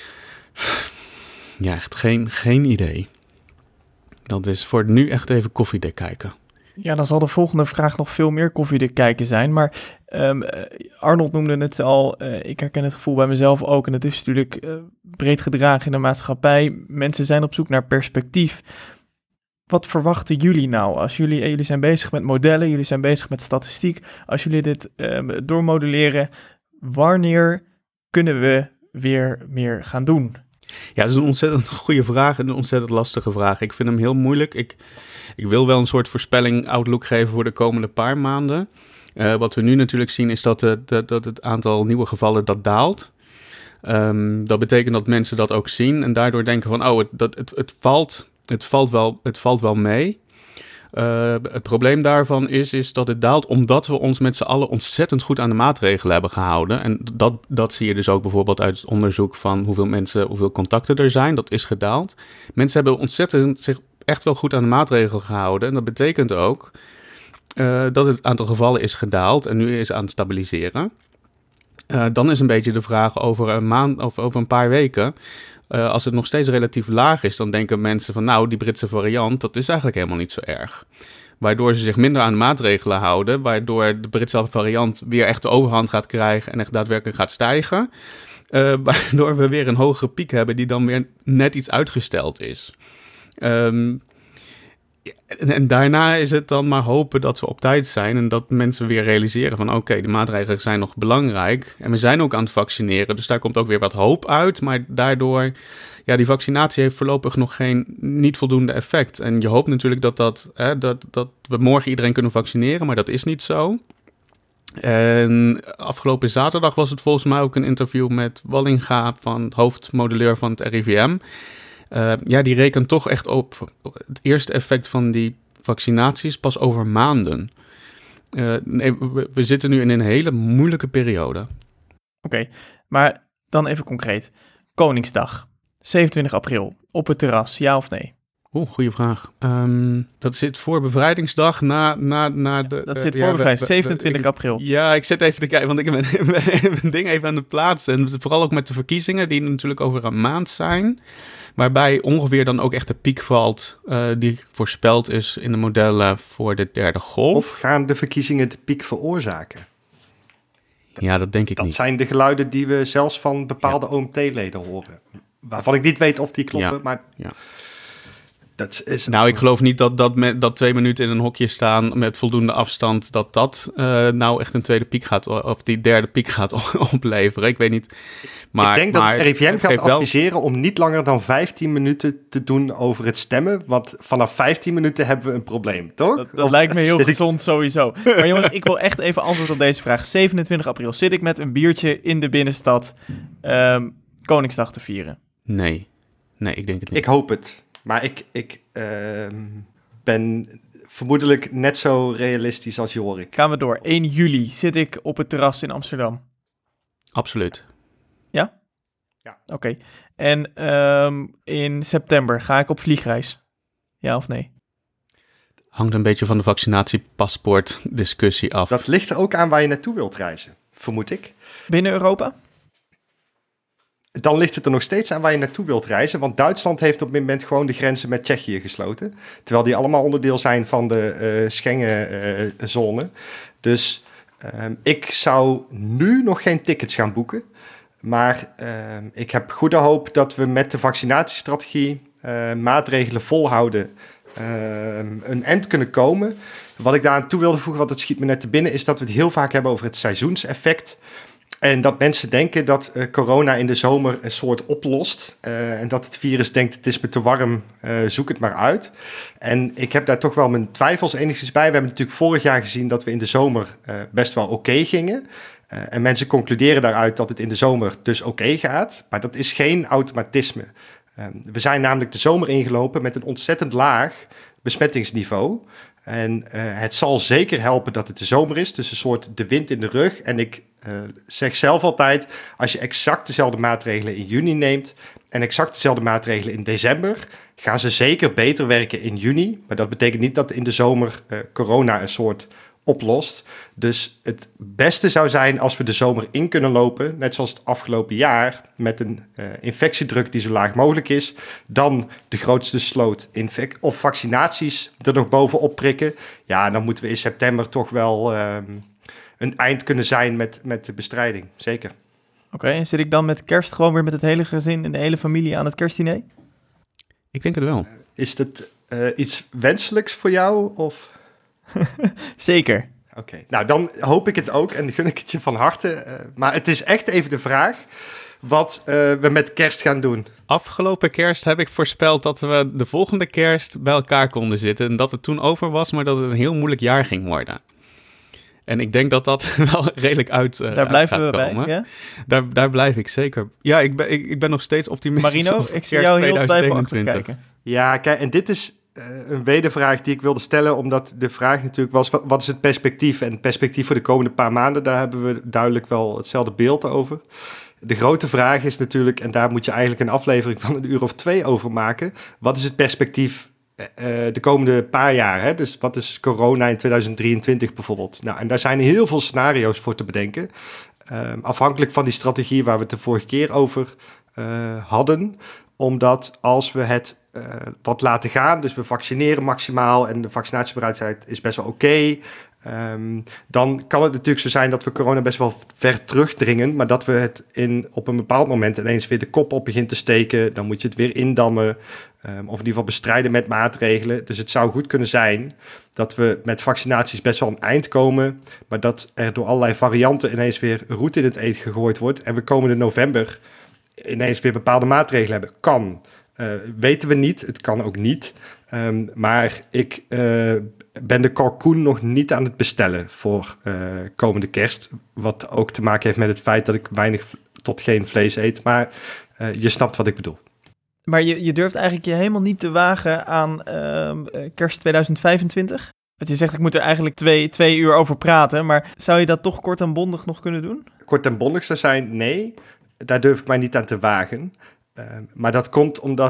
Ja, echt geen, geen idee. Dat is voor nu echt even koffiedik kijken. Ja, dan zal de volgende vraag nog veel meer koffiedik kijken zijn. Maar um, Arnold noemde het al, uh, ik herken het gevoel bij mezelf ook. En het is natuurlijk uh, breed gedragen in de maatschappij. Mensen zijn op zoek naar perspectief. Wat verwachten jullie nou? Als jullie, jullie zijn bezig met modellen, jullie zijn bezig met statistiek. Als jullie dit um, doormodelleren, wanneer kunnen we weer meer gaan doen? Ja, dat is een ontzettend goede vraag en een ontzettend lastige vraag. Ik vind hem heel moeilijk. Ik, ik wil wel een soort voorspelling, outlook geven voor de komende paar maanden. Uh, wat we nu natuurlijk zien is dat, de, de, dat het aantal nieuwe gevallen dat daalt. Um, dat betekent dat mensen dat ook zien en daardoor denken van, oh, het, dat, het, het valt... Het valt wel, het valt wel mee. Uh, het probleem daarvan is, is dat het daalt omdat we ons met z'n allen ontzettend goed aan de maatregelen hebben gehouden. En dat, dat zie je dus ook bijvoorbeeld uit het onderzoek van hoeveel mensen, hoeveel contacten er zijn. Dat is gedaald. Mensen hebben ontzettend zich echt wel goed aan de maatregelen gehouden. En dat betekent ook uh, dat het aantal gevallen is gedaald en nu is aan het stabiliseren. Uh, dan is een beetje de vraag over een maand of over een paar weken. Uh, als het nog steeds relatief laag is, dan denken mensen van nou, die Britse variant, dat is eigenlijk helemaal niet zo erg. Waardoor ze zich minder aan de maatregelen houden, waardoor de Britse variant weer echt de overhand gaat krijgen en echt daadwerkelijk gaat stijgen. Uh, waardoor we weer een hogere piek hebben die dan weer net iets uitgesteld is. Um, En, en daarna is het dan maar hopen dat we op tijd zijn en dat mensen weer realiseren van oké, okay, de maatregelen zijn nog belangrijk. En we zijn ook aan het vaccineren, dus daar komt ook weer wat hoop uit. Maar daardoor, ja, die vaccinatie heeft voorlopig nog geen, niet voldoende effect. En je hoopt natuurlijk dat, dat, hè, dat, dat we morgen iedereen kunnen vaccineren, maar dat is niet zo. En afgelopen zaterdag was het volgens mij ook een interview met Wallinga, van het hoofdmodelleur van het R I V M. Uh, ja, die rekent toch echt op het eerste effect van die vaccinaties pas over maanden. Uh, nee, we, we zitten nu in een hele moeilijke periode. Oké, okay, maar dan even concreet. Koningsdag, zevenentwintig april, op het terras, ja of nee? Oeh, goede vraag. Um, dat zit voor bevrijdingsdag na, na, na de... Dat uh, zit voor ja, bevrijdingsdag, we- we- zevenentwintig ik- april. Ja, ik zit even te kijken, want ik ben, ben mijn ding even aan het plaatsen. En vooral ook met de verkiezingen, die natuurlijk over een maand zijn. Waarbij ongeveer dan ook echt de piek valt, uh, die voorspeld is in de modellen voor de derde golf. Of gaan de verkiezingen de piek veroorzaken? Ja, dat denk ik Dat niet. zijn de geluiden die we zelfs van bepaalde O M T-leden horen. Waarvan ik niet weet of die kloppen, Ja, maar ja. dat is... Nou, ik geloof niet dat, dat, met, dat twee minuten in een hokje staan met voldoende afstand, dat dat uh, nou echt een tweede piek gaat, of die derde piek gaat opleveren. Ik weet niet. Maar, ik denk maar dat het R I V M het gaat geeft wel- adviseren om niet langer dan vijftien minuten te doen over het stemmen. Want vanaf vijftien minuten hebben we een probleem, toch? Dat, dat Of- lijkt me heel zit ik- gezond sowieso. Maar jongens, ik wil echt even antwoord op deze vraag. zevenentwintig april zit ik met een biertje in de binnenstad um, Koningsdag te vieren. Nee, nee, ik denk het niet. Ik hoop het. Maar ik, ik ehm, ben vermoedelijk net zo realistisch als Jorik. Gaan we door. één juli zit ik op het terras in Amsterdam. Absoluut. Ja? Ja. Oké. Okay. En um, in september ga ik op vliegreis. Ja of nee? Hangt een beetje van de vaccinatiepaspoort discussie af. Dat ligt er ook aan waar je naartoe wilt reizen, vermoed ik. Binnen Europa? Dan ligt het er nog steeds aan waar je naartoe wilt reizen. Want Duitsland heeft op dit moment gewoon de grenzen met Tsjechië gesloten. Terwijl die allemaal onderdeel zijn van de uh, Schengen-zone. Uh, dus uh, ik zou nu nog geen tickets gaan boeken. Maar uh, ik heb goede hoop dat we met de vaccinatiestrategie uh, maatregelen volhouden. Uh, een eind kunnen komen. Wat ik daar aan toe wilde voegen, want het schiet me net te binnen, is dat we het heel vaak hebben over het seizoenseffect. En dat mensen denken dat uh, corona in de zomer een soort oplost. Uh, en dat het virus denkt, het is me te warm, uh, zoek het maar uit. En ik heb daar toch wel mijn twijfels enigszins bij. We hebben natuurlijk vorig jaar gezien dat we in de zomer uh, best wel oké okay gingen. Uh, en mensen concluderen daaruit dat het in de zomer dus oké okay gaat. Maar dat is geen automatisme. Uh, we zijn namelijk de zomer ingelopen met een ontzettend laag besmettingsniveau. En uh, het zal zeker helpen dat het de zomer is. Dus een soort de wind in de rug. En ik uh, zeg zelf altijd, als je exact dezelfde maatregelen in juni neemt en exact dezelfde maatregelen in december, gaan ze zeker beter werken in juni. Maar dat betekent niet dat in de zomer uh, corona een soort oplost. Dus het beste zou zijn als we de zomer in kunnen lopen, net zoals het afgelopen jaar, met een uh, infectiedruk die zo laag mogelijk is, dan de grootste sloot infect of vaccinaties er nog bovenop prikken. Ja, dan moeten we in september toch wel um, een eind kunnen zijn met, met de bestrijding, zeker. Oké, okay, en zit ik dan met kerst gewoon weer met het hele gezin en de hele familie aan het kerstdiner? Ik denk het wel. Uh, is dat uh, iets wenselijks voor jou, of... Zeker. Oké, okay. Nou dan hoop ik het ook en gun ik het je van harte. Uh, maar het is echt even de vraag wat uh, we met kerst gaan doen. Afgelopen kerst heb ik voorspeld dat we de volgende kerst bij elkaar konden zitten. En dat het toen over was, maar dat het een heel moeilijk jaar ging worden. En ik denk dat dat wel redelijk uit uh, Daar blijven uit we bij, komen. ja? Daar, daar blijf ik zeker. Ja, ik ben, ik, ik ben nog steeds optimistisch. Marino, ik zie jou heel twijfelachtig kijken. Ja, kijk, en dit is... Uh, een wedervraag die ik wilde stellen, omdat de vraag natuurlijk was, wat, wat is het perspectief? En het perspectief voor de komende paar maanden, daar hebben we duidelijk wel hetzelfde beeld over. De grote vraag is natuurlijk, en daar moet je eigenlijk een aflevering van een uur of twee over maken, wat is het perspectief uh, de komende paar jaar? Hè? Dus wat is corona in tweeduizend drieëntwintig bijvoorbeeld? Nou, en daar zijn heel veel scenario's voor te bedenken. Uh, afhankelijk van die strategie waar we het de vorige keer over uh, hadden. Omdat als we het uh, wat laten gaan, dus we vaccineren maximaal en de vaccinatiebereidheid is best wel oké, okay, um, dan kan het natuurlijk zo zijn dat we corona best wel ver terugdringen, maar dat we het in, op een bepaald moment ineens weer de kop op begint te steken. Dan moet je het weer indammen, um, of in ieder geval bestrijden met maatregelen. Dus het zou goed kunnen zijn dat we met vaccinaties best wel een eind komen, maar dat er door allerlei varianten ineens weer roet in het eten gegooid wordt en we komende november ineens weer bepaalde maatregelen hebben. Kan. Uh, weten we niet. Het kan ook niet. Um, maar ik uh, ben de kalkoen nog niet aan het bestellen voor uh, komende kerst. Wat ook te maken heeft met het feit dat ik weinig tot geen vlees eet. Maar uh, je snapt wat ik bedoel. Maar je, je durft eigenlijk je helemaal niet te wagen aan uh, kerst tweeduizend vijfentwintig? Want je zegt, ik moet er eigenlijk twee, twee uur over praten. Maar zou je dat toch kort en bondig nog kunnen doen? Kort en bondig zou zijn, nee. Daar durf ik mij niet aan te wagen. Uh, maar dat komt omdat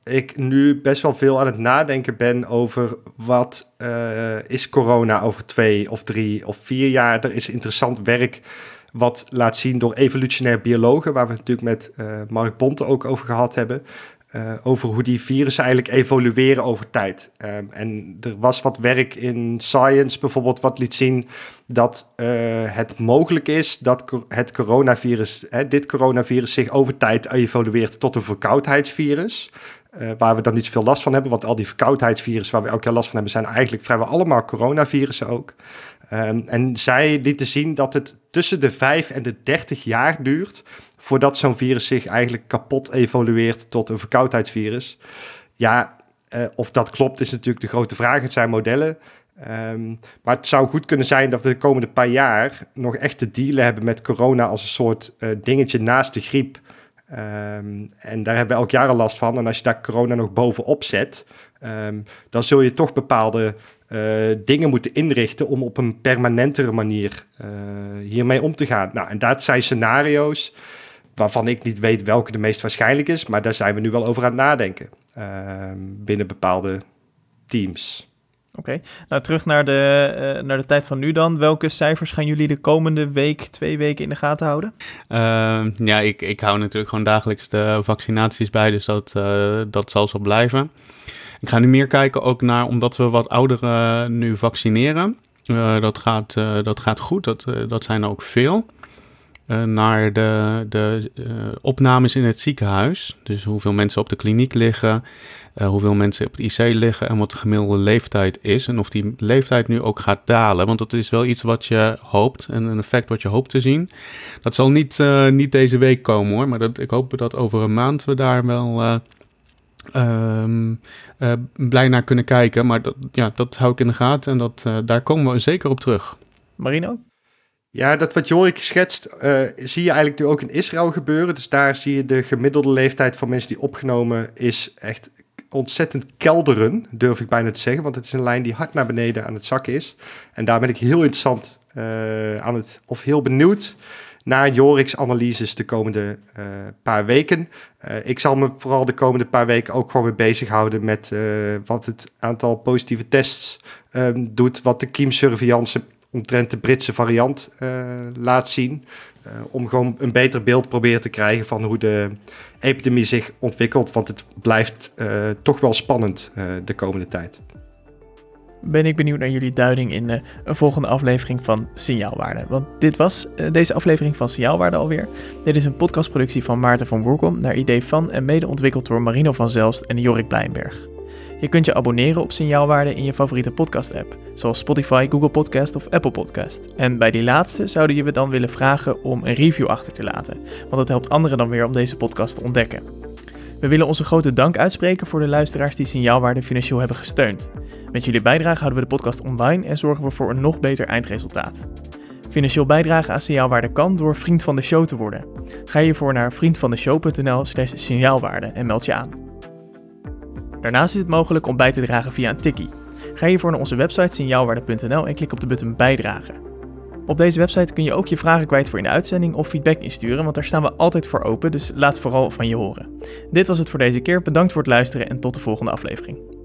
ik nu best wel veel aan het nadenken ben over wat uh, is corona over twee of drie of vier jaar. Er is interessant werk wat laat zien door evolutionair biologen, waar we het natuurlijk met uh, Mark Bonte ook over gehad hebben. Uh, over hoe die virussen eigenlijk evolueren over tijd. Um, en er was wat werk in Science bijvoorbeeld wat liet zien dat uh, het mogelijk is dat co- het coronavirus, hè, dit coronavirus zich over tijd evolueert tot een verkoudheidsvirus. Uh, waar we dan niet zoveel last van hebben, want al die verkoudheidsvirussen waar we elk jaar last van hebben zijn eigenlijk vrijwel allemaal coronavirussen ook. Um, en zij lieten zien dat het tussen de vijf en de dertig jaar duurt voordat zo'n virus zich eigenlijk kapot evolueert tot een verkoudheidsvirus. Ja, uh, of dat klopt is natuurlijk de grote vraag. Het zijn modellen. Um, maar het zou goed kunnen zijn dat we de komende paar jaar nog echt te dealen hebben met corona als een soort uh, dingetje naast de griep. Um, en daar hebben we elk jaar al last van. En als je daar corona nog bovenop zet, um, dan zul je toch bepaalde uh, dingen moeten inrichten om op een permanentere manier uh, hiermee om te gaan. Nou, en dat zijn scenario's waarvan ik niet weet welke de meest waarschijnlijk is, maar daar zijn we nu wel over aan het nadenken uh, binnen bepaalde teams. Oké, okay. Nou terug naar de, uh, naar de tijd van nu dan. Welke cijfers gaan jullie de komende week, twee weken in de gaten houden? Uh, ja, ik, ik hou natuurlijk gewoon dagelijks de vaccinaties bij, dus dat, uh, dat zal zo blijven. Ik ga nu meer kijken ook naar, omdat we wat ouderen nu vaccineren. Uh, dat, gaat, uh, dat gaat goed, dat, uh, dat zijn er ook veel. Uh, naar de, de uh, opnames in het ziekenhuis. Dus hoeveel mensen op de kliniek liggen, uh, hoeveel mensen op het I C liggen en wat de gemiddelde leeftijd is. En of die leeftijd nu ook gaat dalen. Want dat is wel iets wat je hoopt en een effect wat je hoopt te zien. Dat zal niet, uh, niet deze week komen hoor, maar dat, ik hoop dat over een maand we daar wel uh, um, uh, blij naar kunnen kijken. Maar dat, ja, dat hou ik in de gaten en dat, uh, daar komen we zeker op terug. Marino? Ja, dat wat Jorik schetst, uh, zie je eigenlijk nu ook in Israël gebeuren. Dus daar zie je de gemiddelde leeftijd van mensen die opgenomen is echt ontzettend kelderen, durf ik bijna te zeggen. Want het is een lijn die hard naar beneden aan het zakken is. En daar ben ik heel interessant uh, aan het, of heel benieuwd naar Jorik's analyses de komende uh, paar weken. Uh, ik zal me vooral de komende paar weken ook gewoon weer bezighouden met uh, wat het aantal positieve tests um, doet, wat de kiemsurveillance omtrent de Britse variant uh, laat zien. Uh, om gewoon een beter beeld proberen te krijgen van hoe de epidemie zich ontwikkelt. Want het blijft uh, toch wel spannend uh, de komende tijd. Ben ik benieuwd naar jullie duiding in uh, een volgende aflevering van Signaalwaarde. Want dit was uh, deze aflevering van Signaalwaarde alweer. Dit is een podcastproductie van Maarten van Woerkom naar idee van en mede ontwikkeld door Marino van Zelst en Jorik Blijnberg. Je kunt je abonneren op Signaalwaarde in je favoriete podcast-app, zoals Spotify, Google Podcast of Apple Podcast. En bij die laatste zouden je we dan willen vragen om een review achter te laten, want dat helpt anderen dan weer om deze podcast te ontdekken. We willen onze grote dank uitspreken voor de luisteraars die Signaalwaarde financieel hebben gesteund. Met jullie bijdrage houden we de podcast online en zorgen we voor een nog beter eindresultaat. Financieel bijdragen aan Signaalwaarde kan door vriend van de show te worden. Ga hiervoor naar vriendvandeshow.nl slash signaalwaarde en meld je aan. Daarnaast is het mogelijk om bij te dragen via een tikkie. Ga hiervoor naar onze website signaalwaarde punt n l en klik op de button bijdragen. Op deze website kun je ook je vragen kwijt voor in de uitzending of feedback insturen, want daar staan we altijd voor open, dus laat vooral van je horen. Dit was het voor deze keer, bedankt voor het luisteren en tot de volgende aflevering.